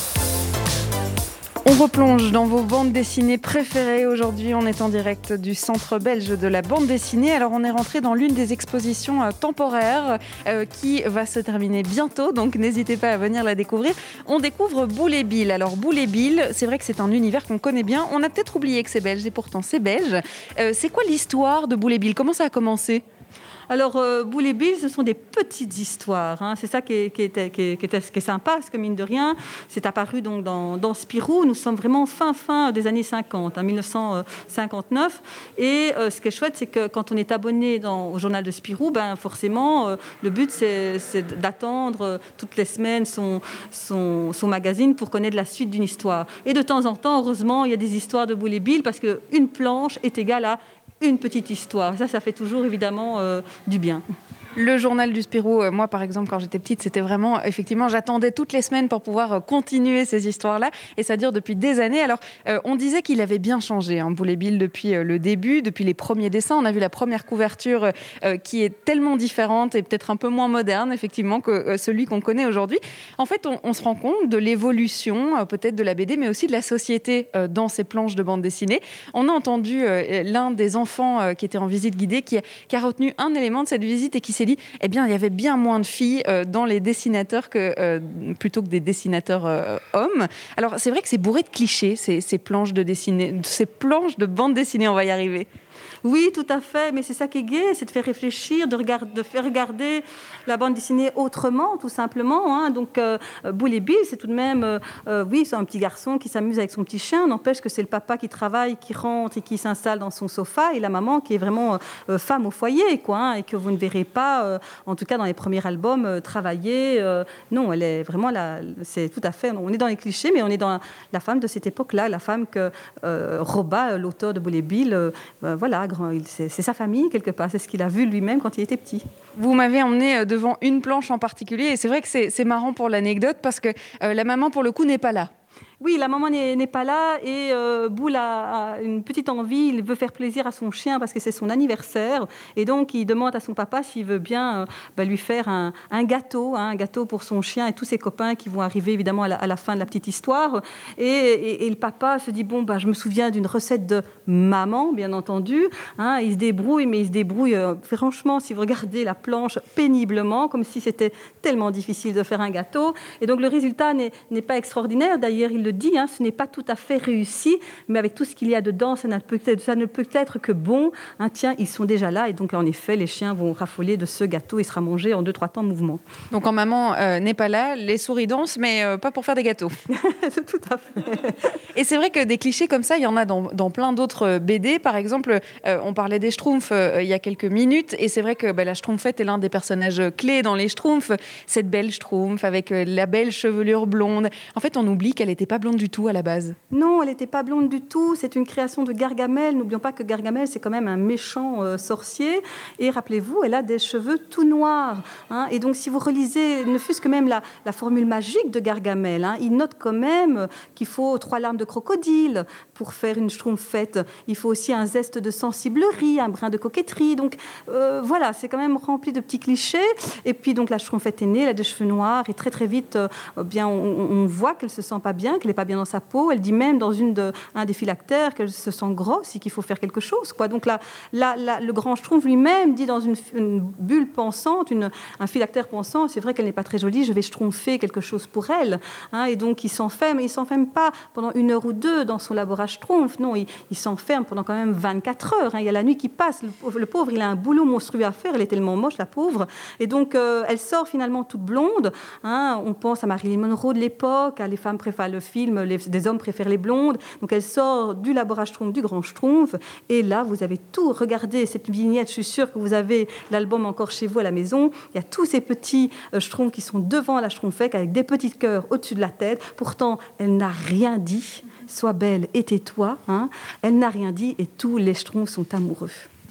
On replonge dans vos bandes dessinées préférées. Aujourd'hui, on est en direct du Centre belge de la bande dessinée. Alors, on est rentré dans l'une des expositions euh, temporaires euh, qui va se terminer bientôt. Donc, n'hésitez pas à venir la découvrir. On découvre Boule et Bill. Alors, Boule et Bill, c'est vrai que c'est un univers qu'on connaît bien. On a peut-être oublié que c'est belge et pourtant c'est belge. Euh, c'est quoi l'histoire de Boule et Bill ? Comment ça a commencé ? Alors, euh, Boule et Bill, ce sont des petites histoires. Hein. C'est ça qui est, qui, est, qui, est, qui, est, qui est sympa, parce que mine de rien, c'est apparu donc dans, dans Spirou. Nous sommes vraiment fin, fin des années cinquante, hein, dix-neuf cent cinquante-neuf. Et euh, ce qui est chouette, c'est que quand on est abonné dans, au journal de Spirou, ben, forcément, euh, le but, c'est, c'est d'attendre euh, toutes les semaines son, son, son magazine pour connaître la suite d'une histoire. Et de temps en temps, heureusement, il y a des histoires de Boule et Bill, parce qu'une planche est égale à une petite histoire. Ça, ça fait toujours évidemment euh, du bien. Le journal du Spirou, moi par exemple quand j'étais petite, c'était vraiment, effectivement, j'attendais toutes les semaines pour pouvoir continuer ces histoires-là et ça dure depuis des années. Alors euh, on disait qu'il avait bien changé, hein, Boule et Bill, depuis euh, le début, depuis les premiers dessins. On a vu la première couverture euh, qui est tellement différente et peut-être un peu moins moderne effectivement que euh, celui qu'on connaît aujourd'hui. En fait, on, on se rend compte de l'évolution euh, peut-être de la B D, mais aussi de la société euh, dans ces planches de bande dessinée. On a entendu euh, l'un des enfants euh, qui était en visite guidée qui a, qui a retenu un élément de cette visite et qui s'est dit, eh bien, il y avait bien moins de filles euh, dans les dessinateurs que, euh, plutôt que des dessinateurs euh, hommes. Alors, c'est vrai que c'est bourré de clichés, ces, ces planches de dessinées, ces planches de bande dessinée, on va y arriver. Oui, tout à fait, mais c'est ça qui est gai, c'est de faire réfléchir, de, regard, de faire regarder la bande dessinée autrement, tout simplement. Hein. Donc, euh, Boule et Bill, c'est tout de même, euh, euh, oui, c'est un petit garçon qui s'amuse avec son petit chien, n'empêche que c'est le papa qui travaille, qui rentre et qui s'installe dans son sofa, et la maman qui est vraiment euh, femme au foyer, quoi, hein, et que vous ne verrez pas, euh, en tout cas dans les premiers albums, euh, travailler. Euh, non, elle est vraiment là, c'est tout à fait, on est dans les clichés, mais on est dans la, la femme de cette époque-là, la femme que euh, Roba, l'auteur de Boule et Bill, euh, euh, voilà, C'est, c'est sa famille, quelque part. C'est ce qu'il a vu lui-même quand il était petit. Vous m'avez emmené devant une planche en particulier. Et c'est vrai que c'est, c'est marrant pour l'anecdote parce que euh, la maman, pour le coup, n'est pas là. Oui, la maman n'est, n'est pas là et euh, Boule a, a une petite envie, il veut faire plaisir à son chien parce que c'est son anniversaire et donc il demande à son papa s'il veut bien euh, bah, lui faire un, un gâteau, hein, un gâteau pour son chien et tous ses copains qui vont arriver évidemment à la, à la fin de la petite histoire et, et, et le papa se dit, bon, bah, je me souviens d'une recette de maman, bien entendu, hein, il se débrouille, mais il se débrouille euh, franchement, si vous regardez la planche, péniblement, comme si c'était tellement difficile de faire un gâteau et donc le résultat n'est, n'est pas extraordinaire, d'ailleurs il le dit, hein, ce n'est pas tout à fait réussi, mais avec tout ce qu'il y a dedans, ça ne peut être, ça ne peut être que bon. Hein, tiens, ils sont déjà là, et donc en effet, les chiens vont raffoler de ce gâteau, il sera mangé en deux, trois temps mouvement. Donc quand maman euh, n'est pas là, les souris dansent, mais euh, pas pour faire des gâteaux. Tout à fait. Et c'est vrai que des clichés comme ça, il y en a dans, dans plein d'autres B D. Par exemple, euh, on parlait des Schtroumpfs euh, il y a quelques minutes, et c'est vrai que bah, la Schtroumpfette est l'un des personnages clés dans les Schtroumpfs. Cette belle Schtroumpf avec euh, la belle chevelure blonde. En fait, on oublie qu'elle n'était pas blonde du tout à la base. Non, elle n'était pas blonde du tout. C'est une création de Gargamel. N'oublions pas que Gargamel, c'est quand même un méchant euh, sorcier. Et rappelez-vous, elle a des cheveux tout noirs. Hein. Et donc, si vous relisez, ne fût-ce que même la, la formule magique de Gargamel, hein, il note quand même qu'il faut trois larmes de crocodile pour faire une Schtroumpfette. Il faut aussi un zeste de sensiblerie, un brin de coquetterie. Donc, euh, voilà, c'est quand même rempli de petits clichés. Et puis, donc, la Schtroumpfette est née, elle a des cheveux noirs. Et très, très vite, euh, bien, on, on voit qu'elle ne se sent pas bien, qu'elle n'est pas bien dans sa peau. Elle dit même dans une de, un des phylactères qu'elle se sent grosse et qu'il faut faire quelque chose, quoi. Donc, la, la, la, le grand Schtroumpf lui-même dit dans une, une bulle pensante, une, un phylactère pensant, c'est vrai qu'elle n'est pas très jolie, je vais schtroumpfer quelque chose pour elle. Hein, et donc, il s'enferme, mais il ne s'enferme pas pendant une heure ou deux dans son laboratoire Schtroumpf. Non, il, il s'enferme pendant quand même vingt-quatre heures. Hein. Il y a la nuit qui passe. Le pauvre, le pauvre, il a un boulot monstrueux à faire. Elle est tellement moche, la pauvre. Et donc, euh, elle sort finalement toute blonde. Hein. On pense à Marilyn Monroe de l'époque, à les femmes préfèrent le film, les, des hommes préfèrent les blondes. Donc, elle sort du laboratoire Schtroumpf, du grand Schtroumpf. Et là, vous avez tout. Regardez cette vignette. Je suis sûre que vous avez l'album encore chez vous à la maison. Il y a tous ces petits euh, Schtroumpfs qui sont devant la Schtroumpfette avec des petits cœurs au-dessus de la tête. Pourtant, elle n'a rien dit. Sois belle et tais-toi. Hein. Elle n'a rien dit et tous les Schtroumpfs sont amoureux.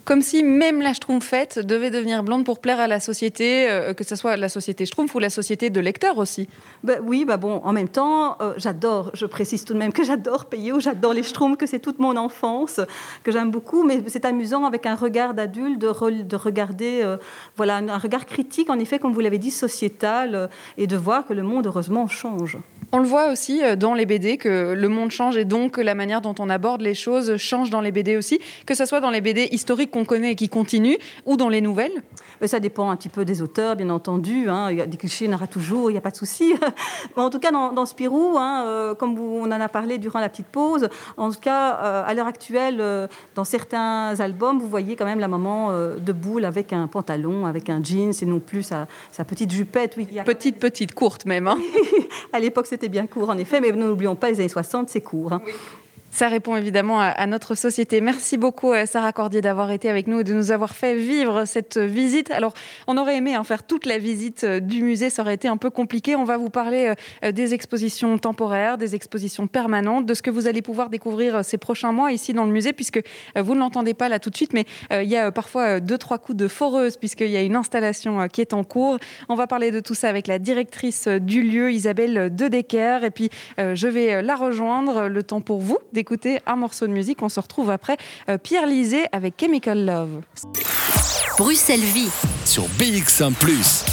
Comme si même la Schtroumpfette devait devenir blonde pour plaire à la société, euh, que ce soit la société Schtroumpf ou la société de lecteurs aussi. Ben oui, ben bon, en même temps, euh, j'adore, je précise tout de même que j'adore Peyo, j'adore les Schtroumpfs, que c'est toute mon enfance, que j'aime beaucoup, mais c'est amusant avec un regard d'adulte de, re, de regarder, euh, voilà, un, un regard critique, en effet, comme vous l'avez dit, sociétal, euh, et de voir que le monde, heureusement, change. On le voit aussi dans les B D, que le monde change et donc que la manière dont on aborde les choses change dans les B D aussi, que ce soit dans les B D historiques qu'on connaît et qui continuent ou dans les nouvelles. Mais ça dépend un petit peu des auteurs, bien entendu. Hein. Il y a des clichés, il y en aura toujours, il n'y a pas de souci. Mais en tout cas, dans, dans Spirou, hein, euh, comme vous, on en a parlé durant la petite pause, en tout cas, euh, à l'heure actuelle, euh, dans certains albums, vous voyez quand même la maman euh, de Boule avec un pantalon, avec un jeans, et non plus sa, sa petite jupette. Oui, petite, petite, courte même. Hein. À l'époque, c'était bien court, en effet, mais n'oublions pas, les années soixante, c'est court. Hein. Oui. Ça répond évidemment à, à notre société. Merci beaucoup Sarah Cordier d'avoir été avec nous et de nous avoir fait vivre cette visite. Alors, on aurait aimé hein, faire toute la visite du musée, ça aurait été un peu compliqué. On va vous parler euh, des expositions temporaires, des expositions permanentes, de ce que vous allez pouvoir découvrir ces prochains mois ici dans le musée, puisque euh, vous ne l'entendez pas là tout de suite, mais euh, il y a euh, parfois deux, trois coups de foreuse, puisqu'il y a une installation euh, qui est en cours. On va parler de tout ça avec la directrice du lieu, Isabelle Dedecker, et puis euh, je vais la rejoindre. Le temps pour vous d'écouter un morceau de musique. On se retrouve après euh, Pierre Lisée avec Chemical Love. Bruxelles Vie sur B X un plus.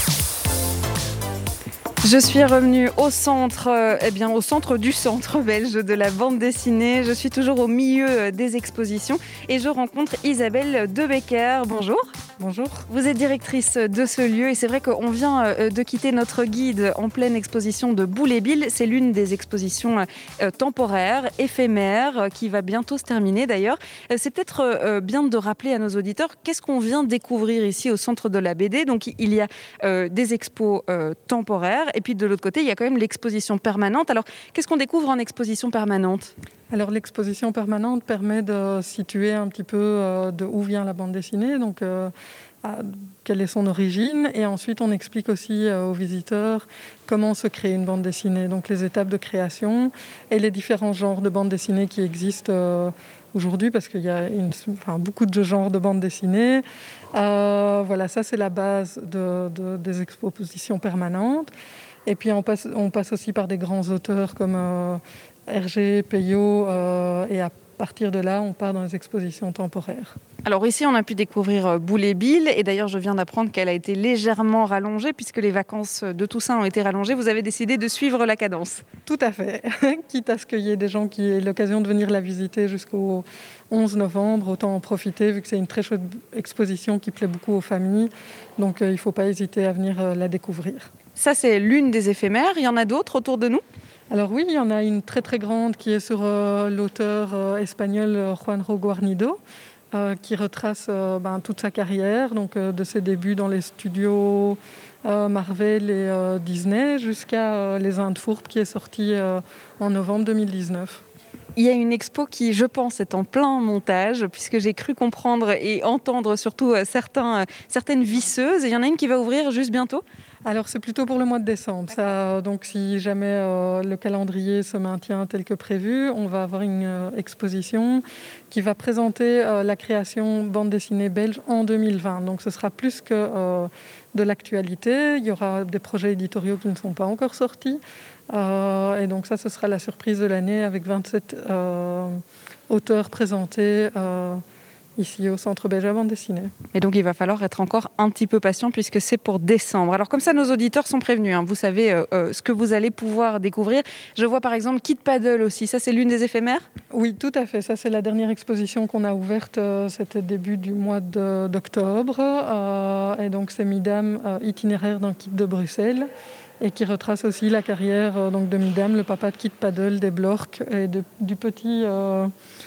Je suis revenue au centre, euh, eh bien au centre du centre belge de la bande dessinée. Je suis toujours au milieu des expositions et je rencontre Isabelle Dedecker. Bonjour. Bonjour. Vous êtes directrice de ce lieu et c'est vrai qu'on vient de quitter notre guide en pleine exposition de Boule et Bill. C'est l'une des expositions temporaires, éphémères, qui va bientôt se terminer d'ailleurs. C'est peut-être bien de rappeler à nos auditeurs qu'est-ce qu'on vient découvrir ici au centre de la B D. Donc il y a euh, des expos euh, temporaires et puis de l'autre côté il y a quand même l'exposition permanente. Alors qu'est-ce qu'on découvre en exposition permanente ? Alors l'exposition permanente permet de situer un petit peu euh, de où vient la bande dessinée, donc euh, à, quelle est son origine, et ensuite on explique aussi euh, aux visiteurs comment se crée une bande dessinée, donc les étapes de création et les différents genres de bande dessinée qui existent euh, aujourd'hui, parce qu'il y a une, enfin, beaucoup de genres de bande dessinée. Euh, voilà, ça c'est la base de, de, des expositions permanentes. Et puis on passe, on passe aussi par des grands auteurs comme euh, Hergé, Peyo, euh, et à partir de là, on part dans les expositions temporaires. Alors ici, on a pu découvrir Boule et Bill, et d'ailleurs, je viens d'apprendre qu'elle a été légèrement rallongée, puisque les vacances de Toussaint ont été rallongées. Vous avez décidé de suivre la cadence. Tout à fait. Quitte à ce qu'il y ait des gens qui aient l'occasion de venir la visiter jusqu'au onze novembre, autant en profiter, vu que c'est une très chouette exposition qui plaît beaucoup aux familles. Donc euh, il ne faut pas hésiter à venir euh, la découvrir. Ça, c'est l'une des éphémères. Il y en a d'autres autour de nous ? Alors oui, il y en a une très très grande qui est sur euh, l'auteur euh, espagnol euh, Juanjo Guarnido, euh, qui retrace euh, ben, toute sa carrière, donc euh, de ses débuts dans les studios euh, Marvel et euh, Disney jusqu'à euh, Les Indes Fourbes, qui est sorti euh, en novembre deux mille dix-neuf. Il y a une expo qui, je pense, est en plein montage, puisque j'ai cru comprendre et entendre surtout euh, certains, euh, certaines visseuses. Et il y en a une qui va ouvrir juste bientôt. Alors c'est plutôt pour le mois de décembre. Ça, donc si jamais euh, le calendrier se maintient tel que prévu, on va avoir une euh, exposition qui va présenter euh, la création bande dessinée belge en deux mille vingt. Donc ce sera plus que euh, de l'actualité. Il y aura des projets éditoriaux qui ne sont pas encore sortis. Euh, et donc ça, ce sera la surprise de l'année avec vingt-sept euh, auteurs présentés euh, ici au Centre belge à bande dessinée. Et donc il va falloir être encore un petit peu patient puisque c'est pour décembre. Alors comme ça, nos auditeurs sont prévenus. Hein. Vous savez euh, euh, ce que vous allez pouvoir découvrir. Je vois par exemple Kid Paddle aussi. Ça, c'est l'une des éphémères ? Oui, tout à fait. Ça, c'est la dernière exposition qu'on a ouverte. Euh, c'était début du mois de, d'octobre. Euh, et donc c'est Midam, euh, itinéraire d'un kid de Bruxelles. Et qui retrace aussi la carrière euh, donc de Midam, le papa de Kid Paddle, des Blork et de, du petit... Euh,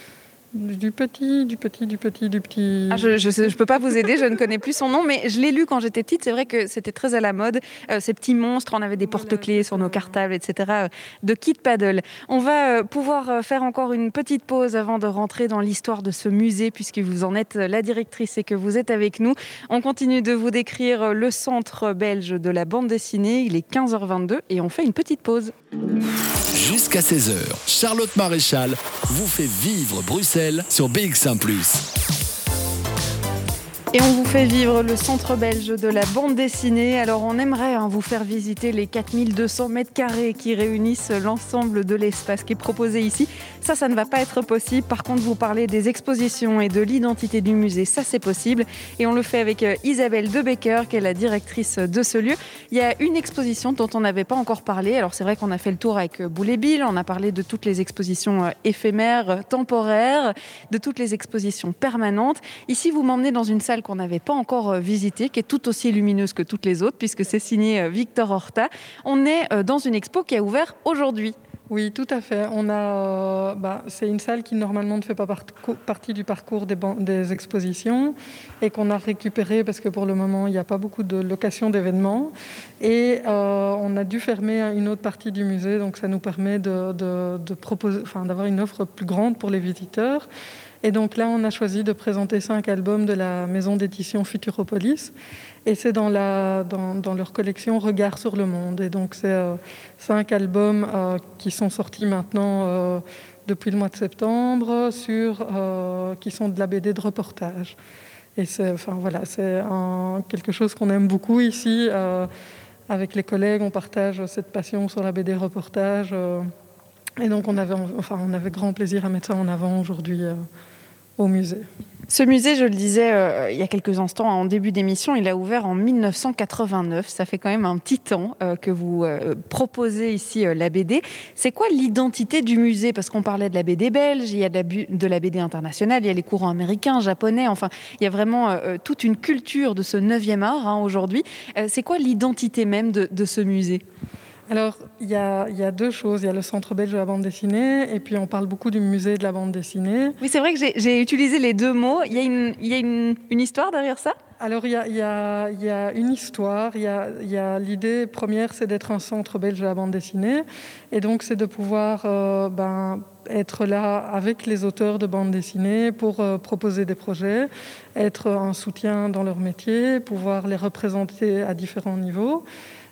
Du petit, du petit, du petit, du petit... Ah, je ne je peux pas vous aider, je ne connais plus son nom, mais je l'ai lu quand j'étais petite. C'est vrai que c'était très à la mode. Euh, ces petits monstres, on avait des voilà, porte-clés sur nos cartables, et cetera. De Kid Paddle. On va euh, pouvoir faire encore une petite pause avant de rentrer dans l'histoire de ce musée, puisque vous en êtes la directrice et que vous êtes avec nous. On continue de vous décrire le centre belge de la bande dessinée. Il est quinze heures vingt-deux et on fait une petite pause. Jusqu'à seize heures, Charlotte Maréchal vous fait vivre Bruxelles sur B X un plus. Et on vous fait vivre le centre belge de la bande dessinée. Alors on aimerait hein, vous faire visiter les quatre mille deux cents mètres carrés qui réunissent l'ensemble de l'espace qui est proposé ici. Ça, ça ne va pas être possible. Par contre, vous parlez des expositions et de l'identité du musée, ça c'est possible. Et on le fait avec Isabelle Debecker, qui est la directrice de ce lieu. Il y a une exposition dont on n'avait pas encore parlé. Alors c'est vrai qu'on a fait le tour avec Boule et Bill, on a parlé de toutes les expositions éphémères, temporaires, de toutes les expositions permanentes. Ici, vous m'emmenez dans une salle qu'on n'avait pas encore visitée, qui est tout aussi lumineuse que toutes les autres, puisque c'est signé Victor Horta. On est dans une expo qui a ouvert aujourd'hui. Oui, tout à fait. On a, euh, bah, c'est une salle qui normalement ne fait pas part- partie du parcours des, ban- des expositions et qu'on a récupérée parce que pour le moment, il n'y a pas beaucoup de location d'événements. Et euh, on a dû fermer une autre partie du musée, donc ça nous permet de, de, de proposer, enfin, d'avoir une offre plus grande pour les visiteurs. Et donc là, on a choisi de présenter cinq albums de la maison d'édition Futuropolis. Et c'est dans, la, dans, dans leur collection Regard sur le monde. Et donc, c'est euh, cinq albums euh, qui sont sortis maintenant euh, depuis le mois de septembre, sur, euh, qui sont de la B D de reportage. Et c'est, enfin, voilà, c'est un, quelque chose qu'on aime beaucoup ici. Euh, avec les collègues, on partage cette passion sur la B D reportage. Euh, et donc, on avait, enfin, on avait grand plaisir à mettre ça en avant aujourd'hui euh, au musée. Ce musée, je le disais euh, il y a quelques instants, en début d'émission, il a ouvert en mille neuf cent quatre-vingt-neuf. Ça fait quand même un petit temps euh, que vous euh, proposez ici euh, la B D. C'est quoi l'identité du musée ? Parce qu'on parlait de la B D belge, il y a de la, bu- de la B D internationale, il y a les courants américains, japonais, enfin, il y a vraiment euh, toute une culture de ce neuvième art hein, aujourd'hui. Euh, c'est quoi l'identité même de, de ce musée ? Alors, il y, a, il y a deux choses. Il y a le Centre belge de la bande dessinée et puis on parle beaucoup du musée de la bande dessinée. Oui, c'est vrai que j'ai, j'ai utilisé les deux mots. Il y a une, il y a une, une histoire derrière ça ? Alors, il y a, il y a, il y a une histoire. Il y a, il y a l'idée première, c'est d'être un centre belge de la bande dessinée. Et donc, c'est de pouvoir euh, ben, être là avec les auteurs de bande dessinée pour euh, proposer des projets, être un soutien dans leur métier, pouvoir les représenter à différents niveaux.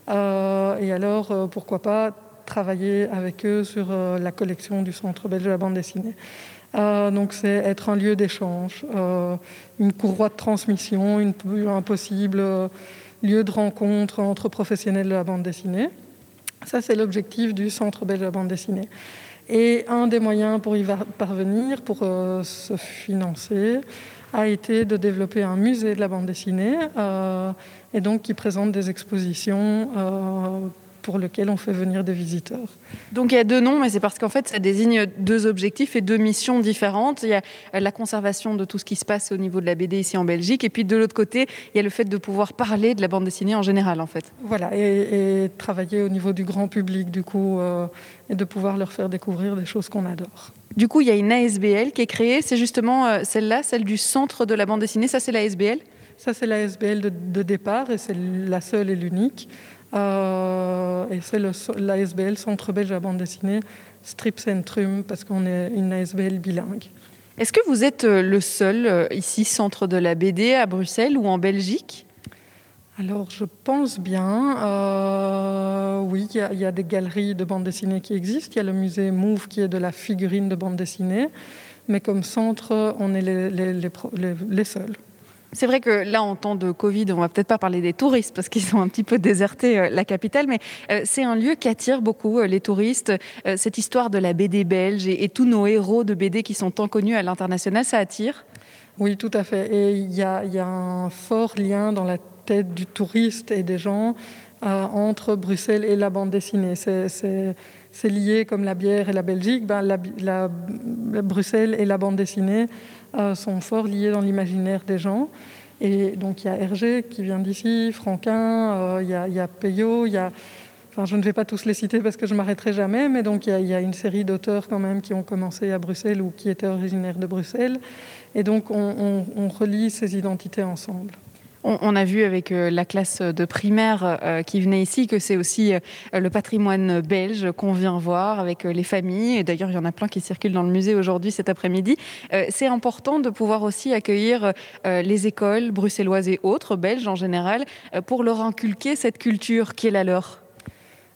Euh, et alors, euh, pourquoi pas travailler avec eux sur euh, la collection du Centre belge de la bande dessinée. Euh, donc, c'est être un lieu d'échange, euh, une courroie de transmission, une, un possible euh, lieu de rencontre entre professionnels de la bande dessinée. Ça, c'est l'objectif du Centre belge de la bande dessinée. Et un des moyens pour y parvenir, pour euh, se financer, a été de développer un musée de la bande dessinée euh, et donc qui présente des expositions euh, pour lesquelles on fait venir des visiteurs. Donc il y a deux noms, mais c'est parce qu'en fait ça désigne deux objectifs et deux missions différentes. Il y a la conservation de tout ce qui se passe au niveau de la B D ici en Belgique, et puis de l'autre côté, il y a le fait de pouvoir parler de la bande dessinée en général en fait. Voilà, et, et travailler au niveau du grand public du coup, euh, et de pouvoir leur faire découvrir des choses qu'on adore. Du coup, il y a une A S B L qui est créée, c'est justement euh, celle-là, celle du Centre de la bande dessinée, ça c'est l'A S B L ? Ça c'est l'A S B L de, de départ et c'est la seule et l'unique. Euh, et c'est le, l'A S B L Centre belge de la bande dessinée Strip Centrum parce qu'on est une A S B L bilingue. Est-ce que vous êtes le seul ici centre de la B D à Bruxelles ou en Belgique ? Alors je pense bien, euh, oui, il y, y a des galeries de bande dessinée qui existent, il y a le musée Move qui est de la figurine de bande dessinée, mais comme centre, on est les, les, les, les, les seuls. C'est vrai que là, en temps de Covid, on va peut-être pas parler des touristes parce qu'ils ont un petit peu déserté euh, la capitale, mais euh, c'est un lieu qui attire beaucoup euh, les touristes. Euh, cette histoire de la B D belge et, et tous nos héros de B D qui sont tant connus à l'international, ça attire ? Oui, tout à fait. Et il y a, y a un fort lien dans la tête du touriste et des gens euh, entre Bruxelles et la bande dessinée. C'est, c'est, c'est lié comme la bière et la Belgique. Ben, la, la, la Bruxelles et la bande dessinée euh, sont fort liés dans l'imaginaire des gens. Et donc il y a Hergé qui vient d'ici, Franquin, euh, il y a, y a Peyo, il y a... Enfin, je ne vais pas tous les citer parce que je ne m'arrêterai jamais, mais donc il y, y a une série d'auteurs quand même qui ont commencé à Bruxelles ou qui étaient originaires de Bruxelles. Et donc on, on, on relie ces identités ensemble. On, on a vu avec euh, la classe de primaire euh, qui venait ici que c'est aussi euh, le patrimoine belge qu'on vient voir avec euh, les familles. Et d'ailleurs, il y en a plein qui circulent dans le musée aujourd'hui, cet après-midi. Euh, c'est important de pouvoir aussi accueillir euh, les écoles bruxelloises et autres, belges en général, euh, pour leur inculquer cette culture qui est la leur.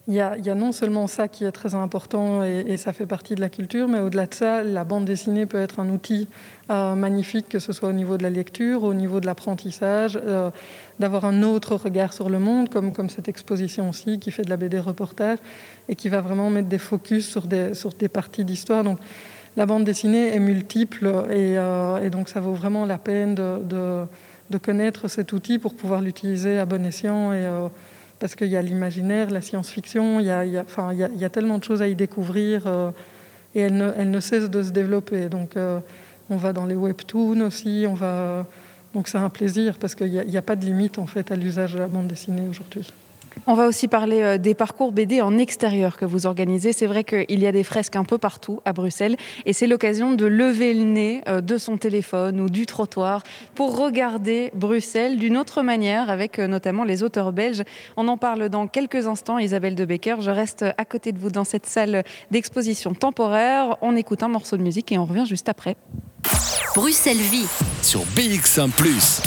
Il y, a, il y a non seulement ça qui est très important et, et ça fait partie de la culture, mais au-delà de ça, la bande dessinée peut être un outil euh, magnifique, que ce soit au niveau de la lecture, au niveau de l'apprentissage, euh, d'avoir un autre regard sur le monde, comme, comme cette exposition-ci qui fait de la B D reportage et qui va vraiment mettre des focus sur des, sur des parties d'histoire. Donc, la bande dessinée est multiple et, euh, et donc ça vaut vraiment la peine de, de, de connaître cet outil pour pouvoir l'utiliser à bon escient et euh, parce qu'il y a l'imaginaire, la science-fiction, il y a, il y a, enfin, il y a, il y a tellement de choses à y découvrir euh, et elle ne, elle ne cesse de se développer. Donc, euh, on va dans les webtoons aussi, on va... donc c'est un plaisir parce qu'il n'y a, a pas de limite en fait à l'usage de la bande dessinée aujourd'hui. On va aussi parler des parcours B D en extérieur que vous organisez. C'est vrai qu'il y a des fresques un peu partout à Bruxelles et c'est l'occasion de lever le nez de son téléphone ou du trottoir pour regarder Bruxelles d'une autre manière avec notamment les auteurs belges. On en parle dans quelques instants, Isabelle de Becker. Je reste à côté de vous dans cette salle d'exposition temporaire. On écoute un morceau de musique et on revient juste après. Bruxelles Vie sur B X un plus.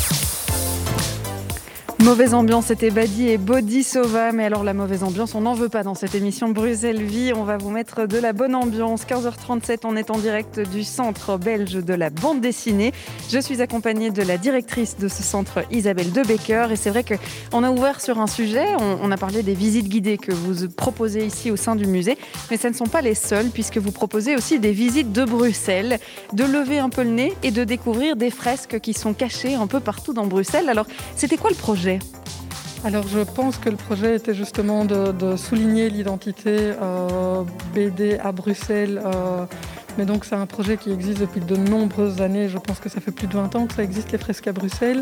Mauvaise ambiance, c'était Badi et Body Sova. Mais alors la mauvaise ambiance, on n'en veut pas dans cette émission Bruxelles Vie. On va vous mettre de la bonne ambiance. quinze heures trente-sept, on est en direct du centre belge de la bande dessinée. Je suis accompagnée de la directrice de ce centre, Isabelle de Becker. Et c'est vrai qu'on a ouvert sur un sujet. On, on a parlé des visites guidées que vous proposez ici au sein du musée. Mais ce ne sont pas les seules, puisque vous proposez aussi des visites de Bruxelles, de lever un peu le nez et de découvrir des fresques qui sont cachées un peu partout dans Bruxelles. Alors, c'était quoi le projet ? Alors je pense que le projet était justement de, de souligner l'identité euh, B D à Bruxelles. Euh, mais donc c'est un projet qui existe depuis de nombreuses années. Je pense que ça fait plus de vingt ans que ça existe, les fresques à Bruxelles.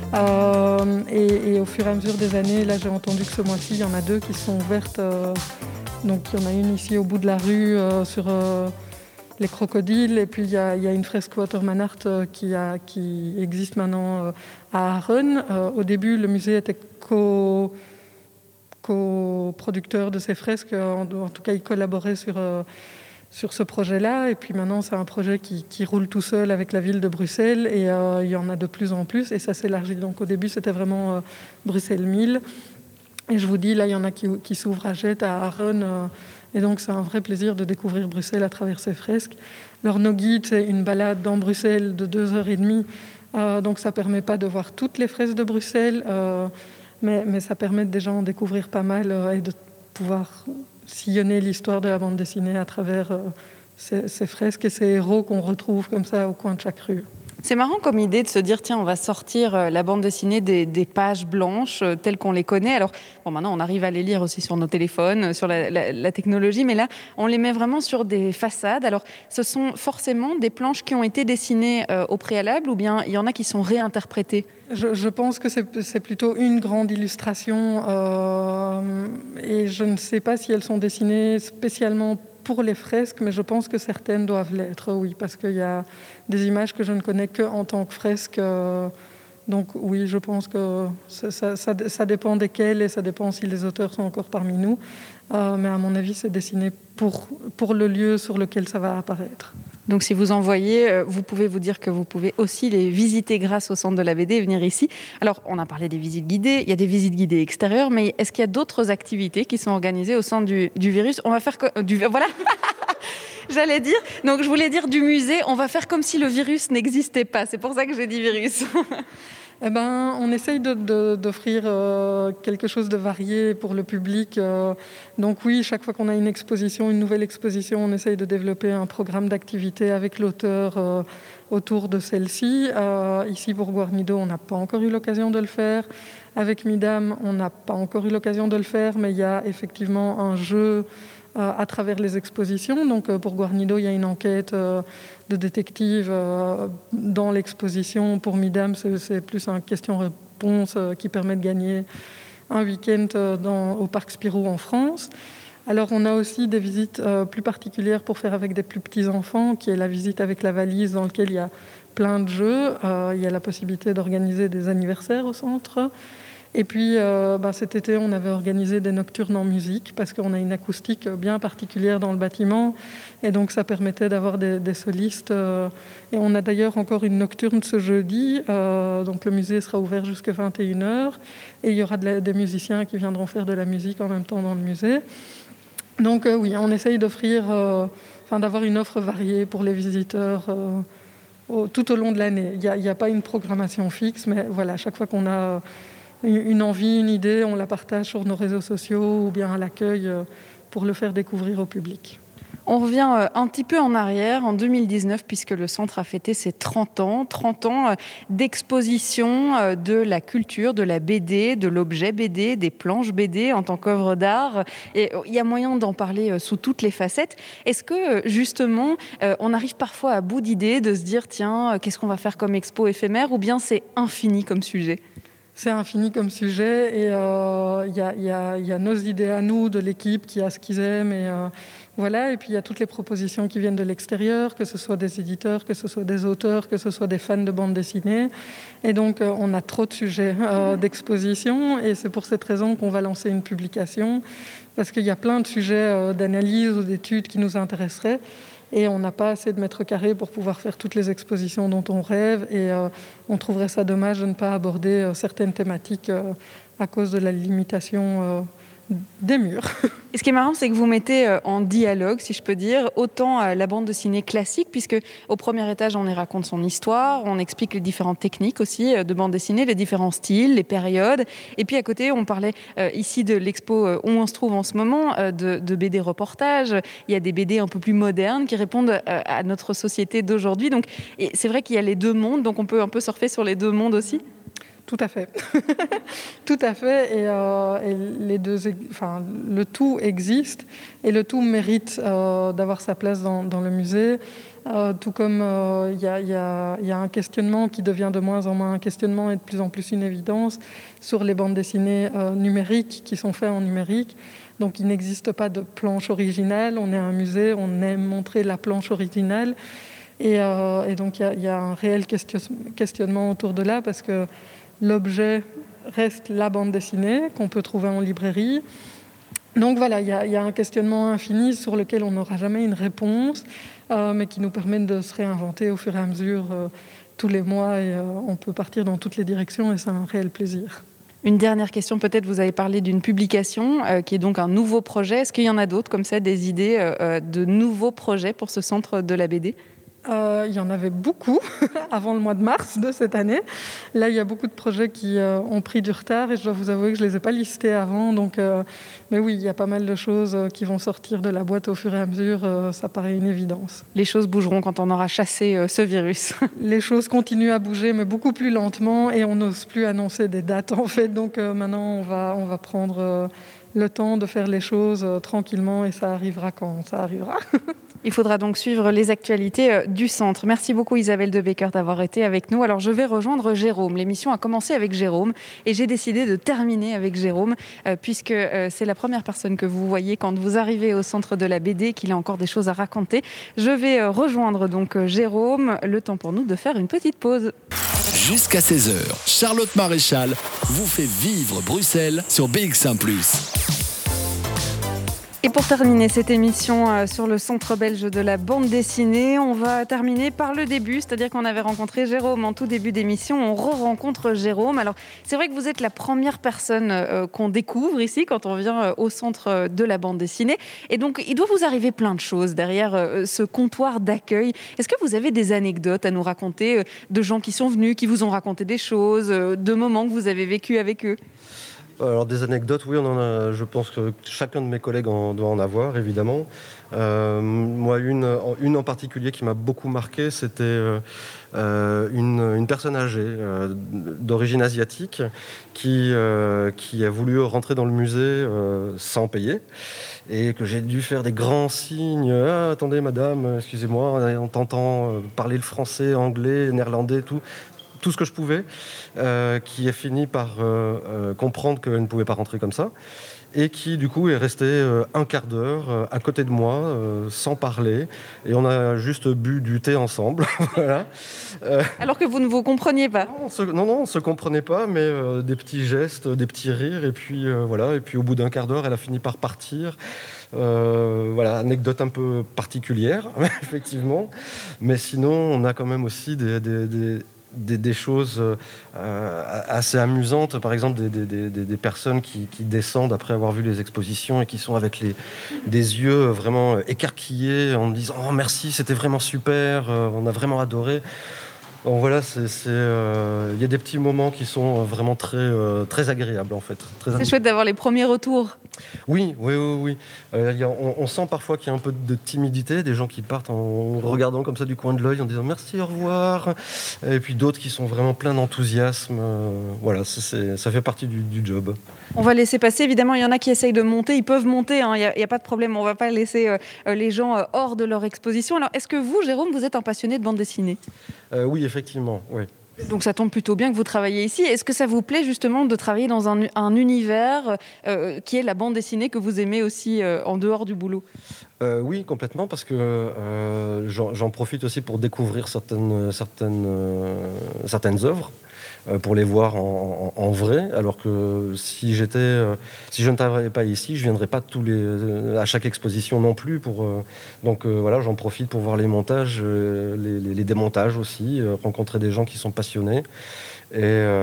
Euh, et, et au fur et à mesure des années, là j'ai entendu que ce mois-ci, il y en a deux qui sont ouvertes. Euh, donc il y en a une ici au bout de la rue euh, sur... Euh, les crocodiles, et puis il y, y a une fresque Waterman Art euh, qui, a, qui existe maintenant euh, à Aachen. Euh, au début, le musée était co, co-producteur de ces fresques, en, en tout cas il collaborait sur, euh, sur ce projet-là, et puis maintenant c'est un projet qui, qui roule tout seul avec la ville de Bruxelles, et euh, il y en a de plus en plus, et ça s'élargit. Donc au début c'était vraiment euh, Bruxelles mille, et je vous dis, là il y en a qui, qui s'ouvrent à Jette, à Aachen, euh, et donc, c'est un vrai plaisir de découvrir Bruxelles à travers ces fresques. Leur No Guide, c'est une balade dans Bruxelles de deux heures et demie. Euh, donc, ça ne permet pas de voir toutes les fresques de Bruxelles, euh, mais, mais ça permet déjà d'en découvrir pas mal euh, et de pouvoir sillonner l'histoire de la bande dessinée à travers euh, ces, ces fresques et ces héros qu'on retrouve comme ça au coin de chaque rue. C'est marrant comme idée de se dire, tiens, on va sortir la bande dessinée des, des pages blanches euh, telles qu'on les connaît. Alors, bon, maintenant, on arrive à les lire aussi sur nos téléphones, sur la, la, la technologie, mais là, on les met vraiment sur des façades. Alors, ce sont forcément des planches qui ont été dessinées euh, au préalable, ou bien il y en a qui sont réinterprétées ? Je, je pense que c'est, c'est plutôt une grande illustration, euh, et je ne sais pas si elles sont dessinées spécialement pour les fresques, mais je pense que certaines doivent l'être, oui, parce qu'il y a des images que je ne connais qu'en tant que fresques. Euh, donc oui, je pense que ça, ça, ça, ça dépend desquelles et ça dépend si les auteurs sont encore parmi nous. Euh, mais à mon avis, c'est dessiné pour, pour le lieu sur lequel ça va apparaître. Donc si vous en voyez, vous pouvez vous dire que vous pouvez aussi les visiter grâce au centre de la B D et venir ici. Alors, on a parlé des visites guidées, il y a des visites guidées extérieures, mais est-ce qu'il y a d'autres activités qui sont organisées au sein du, du virus ? On va faire... Co- du, voilà J'allais dire, donc je voulais dire du musée, on va faire comme si le virus n'existait pas. C'est pour ça que j'ai dit virus. Eh ben, on essaye de, de, d'offrir euh, quelque chose de varié pour le public. Euh, donc oui, chaque fois qu'on a une exposition, une nouvelle exposition, on essaye de développer un programme d'activité avec l'auteur euh, autour de celle-ci. Euh, ici, pour Guarnido, on n'a pas encore eu l'occasion de le faire. Avec Midam, on n'a pas encore eu l'occasion de le faire, mais il y a effectivement un jeu euh, à travers les expositions. Donc euh, pour Guarnido, il y a une enquête euh, de détective euh, dans l'exposition. Pour Midam, c'est, c'est plus un question-réponse euh, qui permet de gagner un week-end euh, dans, au Parc Spirou en France. Alors on a aussi des visites euh, plus particulières pour faire avec des plus petits enfants, qui est la visite avec la valise dans laquelle il y a plein de jeux. Euh, il y a la possibilité d'organiser des anniversaires au centre. Et puis, euh, bah, cet été, on avait organisé des nocturnes en musique parce qu'on a une acoustique bien particulière dans le bâtiment. Et donc, ça permettait d'avoir des, des solistes. Euh, et on a d'ailleurs encore une nocturne ce jeudi. Euh, donc, le musée sera ouvert jusqu'à vingt et une heures. Et il y aura de la, des musiciens qui viendront faire de la musique en même temps dans le musée. Donc, euh, oui, on essaye d'offrir, euh, enfin, d'avoir une offre variée pour les visiteurs euh, au, tout au long de l'année. Il n'y a, a pas une programmation fixe, mais voilà, chaque fois qu'on a une envie, une idée, on la partage sur nos réseaux sociaux ou bien à l'accueil pour le faire découvrir au public. On revient un petit peu en arrière, en deux mille dix-neuf, puisque le centre a fêté ses trente ans. trente ans d'exposition de la culture, de la B D, de l'objet B D, des planches B D en tant qu'œuvre d'art. Et il y a moyen d'en parler sous toutes les facettes. Est-ce que, justement, on arrive parfois à bout d'idées de se dire, tiens, qu'est-ce qu'on va faire comme expo éphémère, ou bien c'est infini comme sujet ? C'est infini comme sujet et il euh, y, y, y a nos idées à nous, de l'équipe qui a ce qu'ils aiment. Et, euh, voilà. Et puis il y a toutes les propositions qui viennent de l'extérieur, que ce soit des éditeurs, que ce soit des auteurs, que ce soit des fans de bande dessinée. Et donc euh, on a trop de sujets euh, d'exposition et c'est pour cette raison qu'on va lancer une publication parce qu'il y a plein de sujets euh, d'analyse ou d'études qui nous intéresseraient. Et on n'a pas assez de mètres carrés pour pouvoir faire toutes les expositions dont on rêve. Et euh, on trouverait ça dommage de ne pas aborder euh, certaines thématiques euh, à cause de la limitation euh, des murs. Et ce qui est marrant, c'est que vous mettez en dialogue, si je peux dire, autant la bande dessinée classique, puisque au premier étage, on y raconte son histoire, on explique les différentes techniques aussi de bande dessinée, les différents styles, les périodes. Et puis à côté, on parlait euh, ici de l'expo où on se trouve en ce moment, euh, de, de B D reportages. Il y a des B D un peu plus modernes qui répondent euh, à notre société d'aujourd'hui. Donc, et c'est vrai qu'il y a les deux mondes, donc on peut un peu surfer sur les deux mondes aussi. Tout à fait. Tout à fait. Et, euh, et les deux, enfin, le tout existe et le tout mérite euh, d'avoir sa place dans, dans le musée. Euh, tout comme il euh, y, y, y a un questionnement qui devient de moins en moins un questionnement et de plus en plus une évidence sur les bandes dessinées euh, numériques qui sont faites en numérique. Donc il n'existe pas de planche originale. On est un musée, on aime montrer la planche originale. Et, euh, et donc il y, y a un réel question, questionnement autour de là parce que l'objet reste la bande dessinée qu'on peut trouver en librairie. Donc voilà, il y, y a un questionnement infini sur lequel on n'aura jamais une réponse, euh, mais qui nous permet de se réinventer au fur et à mesure euh, tous les mois. Et euh, on peut partir dans toutes les directions et c'est un réel plaisir. Une dernière question, peut-être vous avez parlé d'une publication euh, qui est donc un nouveau projet. Est-ce qu'il y en a d'autres comme ça, des idées euh, de nouveaux projets pour ce centre de la B D ? Euh, il y en avait beaucoup avant le mois de mars de cette année. Là, il y a beaucoup de projets qui euh, ont pris du retard et je dois vous avouer que je ne les ai pas listés avant. Donc, euh, mais oui, il y a pas mal de choses qui vont sortir de la boîte au fur et à mesure. Euh, ça paraît une évidence. Les choses bougeront quand on aura chassé euh, ce virus. Les choses continuent à bouger, mais beaucoup plus lentement et on n'ose plus annoncer des dates en fait. Donc euh, maintenant, on va, on va prendre euh, le temps de faire les choses euh, tranquillement et ça arrivera quand ça arrivera. Il faudra donc suivre les actualités du centre. Merci beaucoup Isabelle de Becker d'avoir été avec nous. Alors je vais rejoindre Jérôme. L'émission a commencé avec Jérôme et j'ai décidé de terminer avec Jérôme euh, puisque euh, c'est la première personne que vous voyez quand vous arrivez au centre de la B D, qu'il a encore des choses à raconter. Je vais euh, rejoindre donc euh, Jérôme. Le temps pour nous de faire une petite pause. Jusqu'à seize heures, Charlotte Maréchal vous fait vivre Bruxelles sur B X un plus. Et pour terminer cette émission sur le Centre belge de la bande dessinée, on va terminer par le début, c'est-à-dire qu'on avait rencontré Jérôme en tout début d'émission, on re-rencontre Jérôme. Alors c'est vrai que vous êtes la première personne euh, qu'on découvre ici quand on vient euh, au Centre de la bande dessinée. Et donc il doit vous arriver plein de choses derrière euh, ce comptoir d'accueil. Est-ce que vous avez des anecdotes à nous raconter euh, de gens qui sont venus, qui vous ont raconté des choses, euh, de moments que vous avez vécu avec eux ? Alors des anecdotes, oui, on en a, je pense que chacun de mes collègues en doit en avoir, évidemment. Euh, moi, une, une en particulier qui m'a beaucoup marqué, c'était euh, une, une personne âgée euh, d'origine asiatique qui, euh, qui a voulu rentrer dans le musée euh, sans payer et que j'ai dû faire des grands signes. Ah, attendez, madame, excusez-moi, on t'entend parler le français, anglais, néerlandais, tout. tout ce que je pouvais, euh, qui a fini par euh, euh, comprendre qu'elle ne pouvait pas rentrer comme ça, et qui du coup est resté euh, un quart d'heure euh, à côté de moi, euh, sans parler, et on a juste bu du thé ensemble. Voilà. Euh... Alors que vous ne vous compreniez pas. Non, on se, non, non, on se comprenait pas, mais euh, des petits gestes, des petits rires, et puis euh, voilà, et puis au bout d'un quart d'heure, elle a fini par partir. Euh, voilà, anecdote un peu particulière, effectivement, mais sinon, on a quand même aussi des, des, des Des, des choses euh, assez amusantes, par exemple des, des, des, des personnes qui, qui descendent après avoir vu les expositions et qui sont avec les, des yeux vraiment écarquillés en me disant « Oh merci, c'était vraiment super, euh, on a vraiment adoré ». Bon, voilà, c'est, c'est, euh, y a des petits moments qui sont vraiment très, euh, très agréables en fait. Très c'est chouette d'avoir les premiers retours. Oui, oui, oui. oui. Euh, y a, on, on sent parfois qu'il y a un peu de timidité, des gens qui partent en regardant comme ça du coin de l'œil, en disant merci, au revoir. Et puis d'autres qui sont vraiment pleins d'enthousiasme. Euh, voilà, c'est, c'est, ça fait partie du, du job. On va laisser passer, évidemment, il y en a qui essayent de monter, ils peuvent monter, il hein, n'y a, a pas de problème, on ne va pas laisser euh, les gens euh, hors de leur exposition. Alors, est-ce que vous, Jérôme, vous êtes un passionné de bande dessinée ? euh, Oui, effectivement, oui. Donc ça tombe plutôt bien que vous travaillez ici. Est-ce que ça vous plaît justement de travailler dans un, un univers euh, qui est la bande dessinée que vous aimez aussi euh, en dehors du boulot ? Euh, oui, complètement, parce que euh, j'en, j'en profite aussi pour découvrir certaines, certaines, euh, certaines œuvres, euh, pour les voir en, en, en vrai, alors que si, j'étais, euh, si je ne travaillais pas ici, je ne viendrais pas tous les, euh, à chaque exposition non plus. Pour, euh, donc euh, voilà, j'en profite pour voir les montages, euh, les, les, les démontages aussi, euh, rencontrer des gens qui sont passionnés. Et,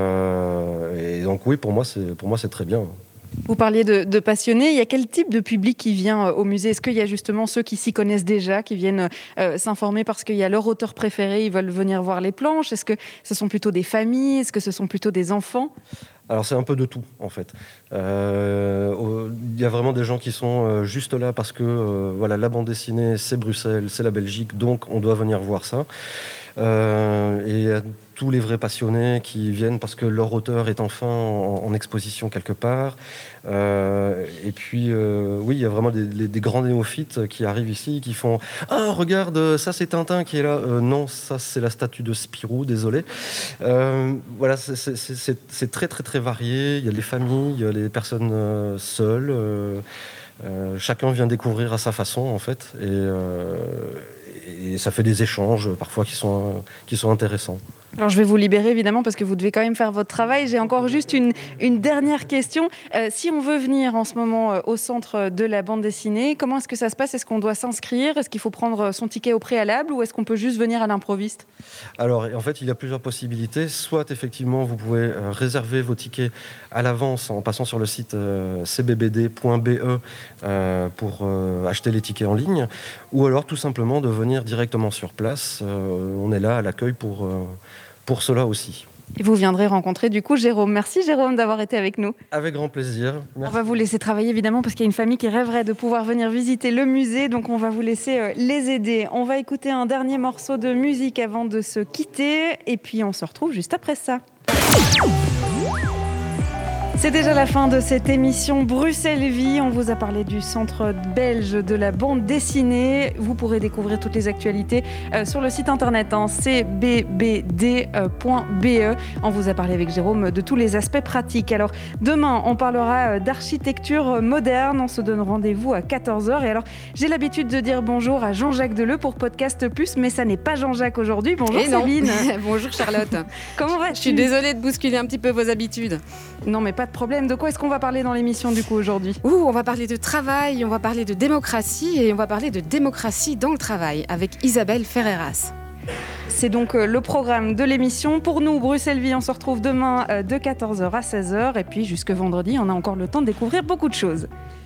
euh, et donc oui, pour moi, c'est, pour moi, c'est très bien. Vous parliez de, de passionnés. Il y a quel type de public qui vient au musée ? Est-ce qu'il y a justement ceux qui s'y connaissent déjà, qui viennent euh, s'informer parce qu'il y a leur auteur préféré, ils veulent venir voir les planches ? Est-ce que ce sont plutôt des familles ? Est-ce que ce sont plutôt des enfants ? Alors c'est un peu de tout en fait. Euh, il y a vraiment des gens qui sont juste là parce que euh, voilà, la bande dessinée c'est Bruxelles, c'est la Belgique, donc on doit venir voir ça. Euh, et il y a tous les vrais passionnés qui viennent parce que leur auteur est enfin en, en exposition quelque part. Euh, et puis, euh, oui, il y a vraiment des, des, des grands néophytes qui arrivent ici, qui font « Ah, regarde, ça c'est Tintin qui est là. Euh, » Non, ça c'est la statue de Spirou, désolé. Euh, voilà, c'est, c'est, c'est, c'est très, très, très varié. Il y a les familles, il y a les personnes euh, seules. Euh, euh, chacun vient découvrir à sa façon, en fait. Et... Euh, Et ça fait des échanges parfois qui sont, qui sont intéressants. Alors je vais vous libérer évidemment parce que vous devez quand même faire votre travail. J'ai encore juste une, une dernière question. Euh, si on veut venir en ce moment euh, au centre de la bande dessinée, comment est-ce que ça se passe ? Est-ce qu'on doit s'inscrire ? Est-ce qu'il faut prendre son ticket au préalable ou est-ce qu'on peut juste venir à l'improviste ? Alors en fait il y a plusieurs possibilités. Soit effectivement vous pouvez euh, réserver vos tickets à l'avance en passant sur le site euh, c b b d point b e euh, pour euh, acheter les tickets en ligne, ou alors tout simplement de venir directement sur place. Euh, on est là à l'accueil pour... Euh, pour cela aussi. Et vous viendrez rencontrer du coup Jérôme. Merci Jérôme d'avoir été avec nous. Avec grand plaisir. Merci. On va vous laisser travailler évidemment parce qu'il y a une famille qui rêverait de pouvoir venir visiter le musée, donc on va vous laisser les aider. On va écouter un dernier morceau de musique avant de se quitter et puis on se retrouve juste après ça. C'est déjà la fin de cette émission Bruxelles Vie. On vous a parlé du centre belge de la bande dessinée. Vous pourrez découvrir toutes les actualités euh, sur le site internet hein, c b b d point b e. On vous a parlé avec Jérôme de tous les aspects pratiques. Alors demain, on parlera d'architecture moderne. On se donne rendez-vous à quatorze heures. Et alors, j'ai l'habitude de dire bonjour à Jean-Jacques Deleu pour Podcast Plus, mais ça n'est pas Jean-Jacques aujourd'hui. Bonjour Et Sabine. Bonjour Charlotte. Comment vas-tu ? Je suis désolée de bousculer un petit peu vos habitudes. Non, mais pas de problème. De quoi est-ce qu'on va parler dans l'émission du coup aujourd'hui ? Ouh, on va parler de travail, on va parler de démocratie et on va parler de démocratie dans le travail avec Isabelle Ferreras. C'est donc le programme de l'émission. Pour nous, Bruxelles Vie, on se retrouve demain de quatorze heures à seize heures et puis jusque vendredi, on a encore le temps de découvrir beaucoup de choses.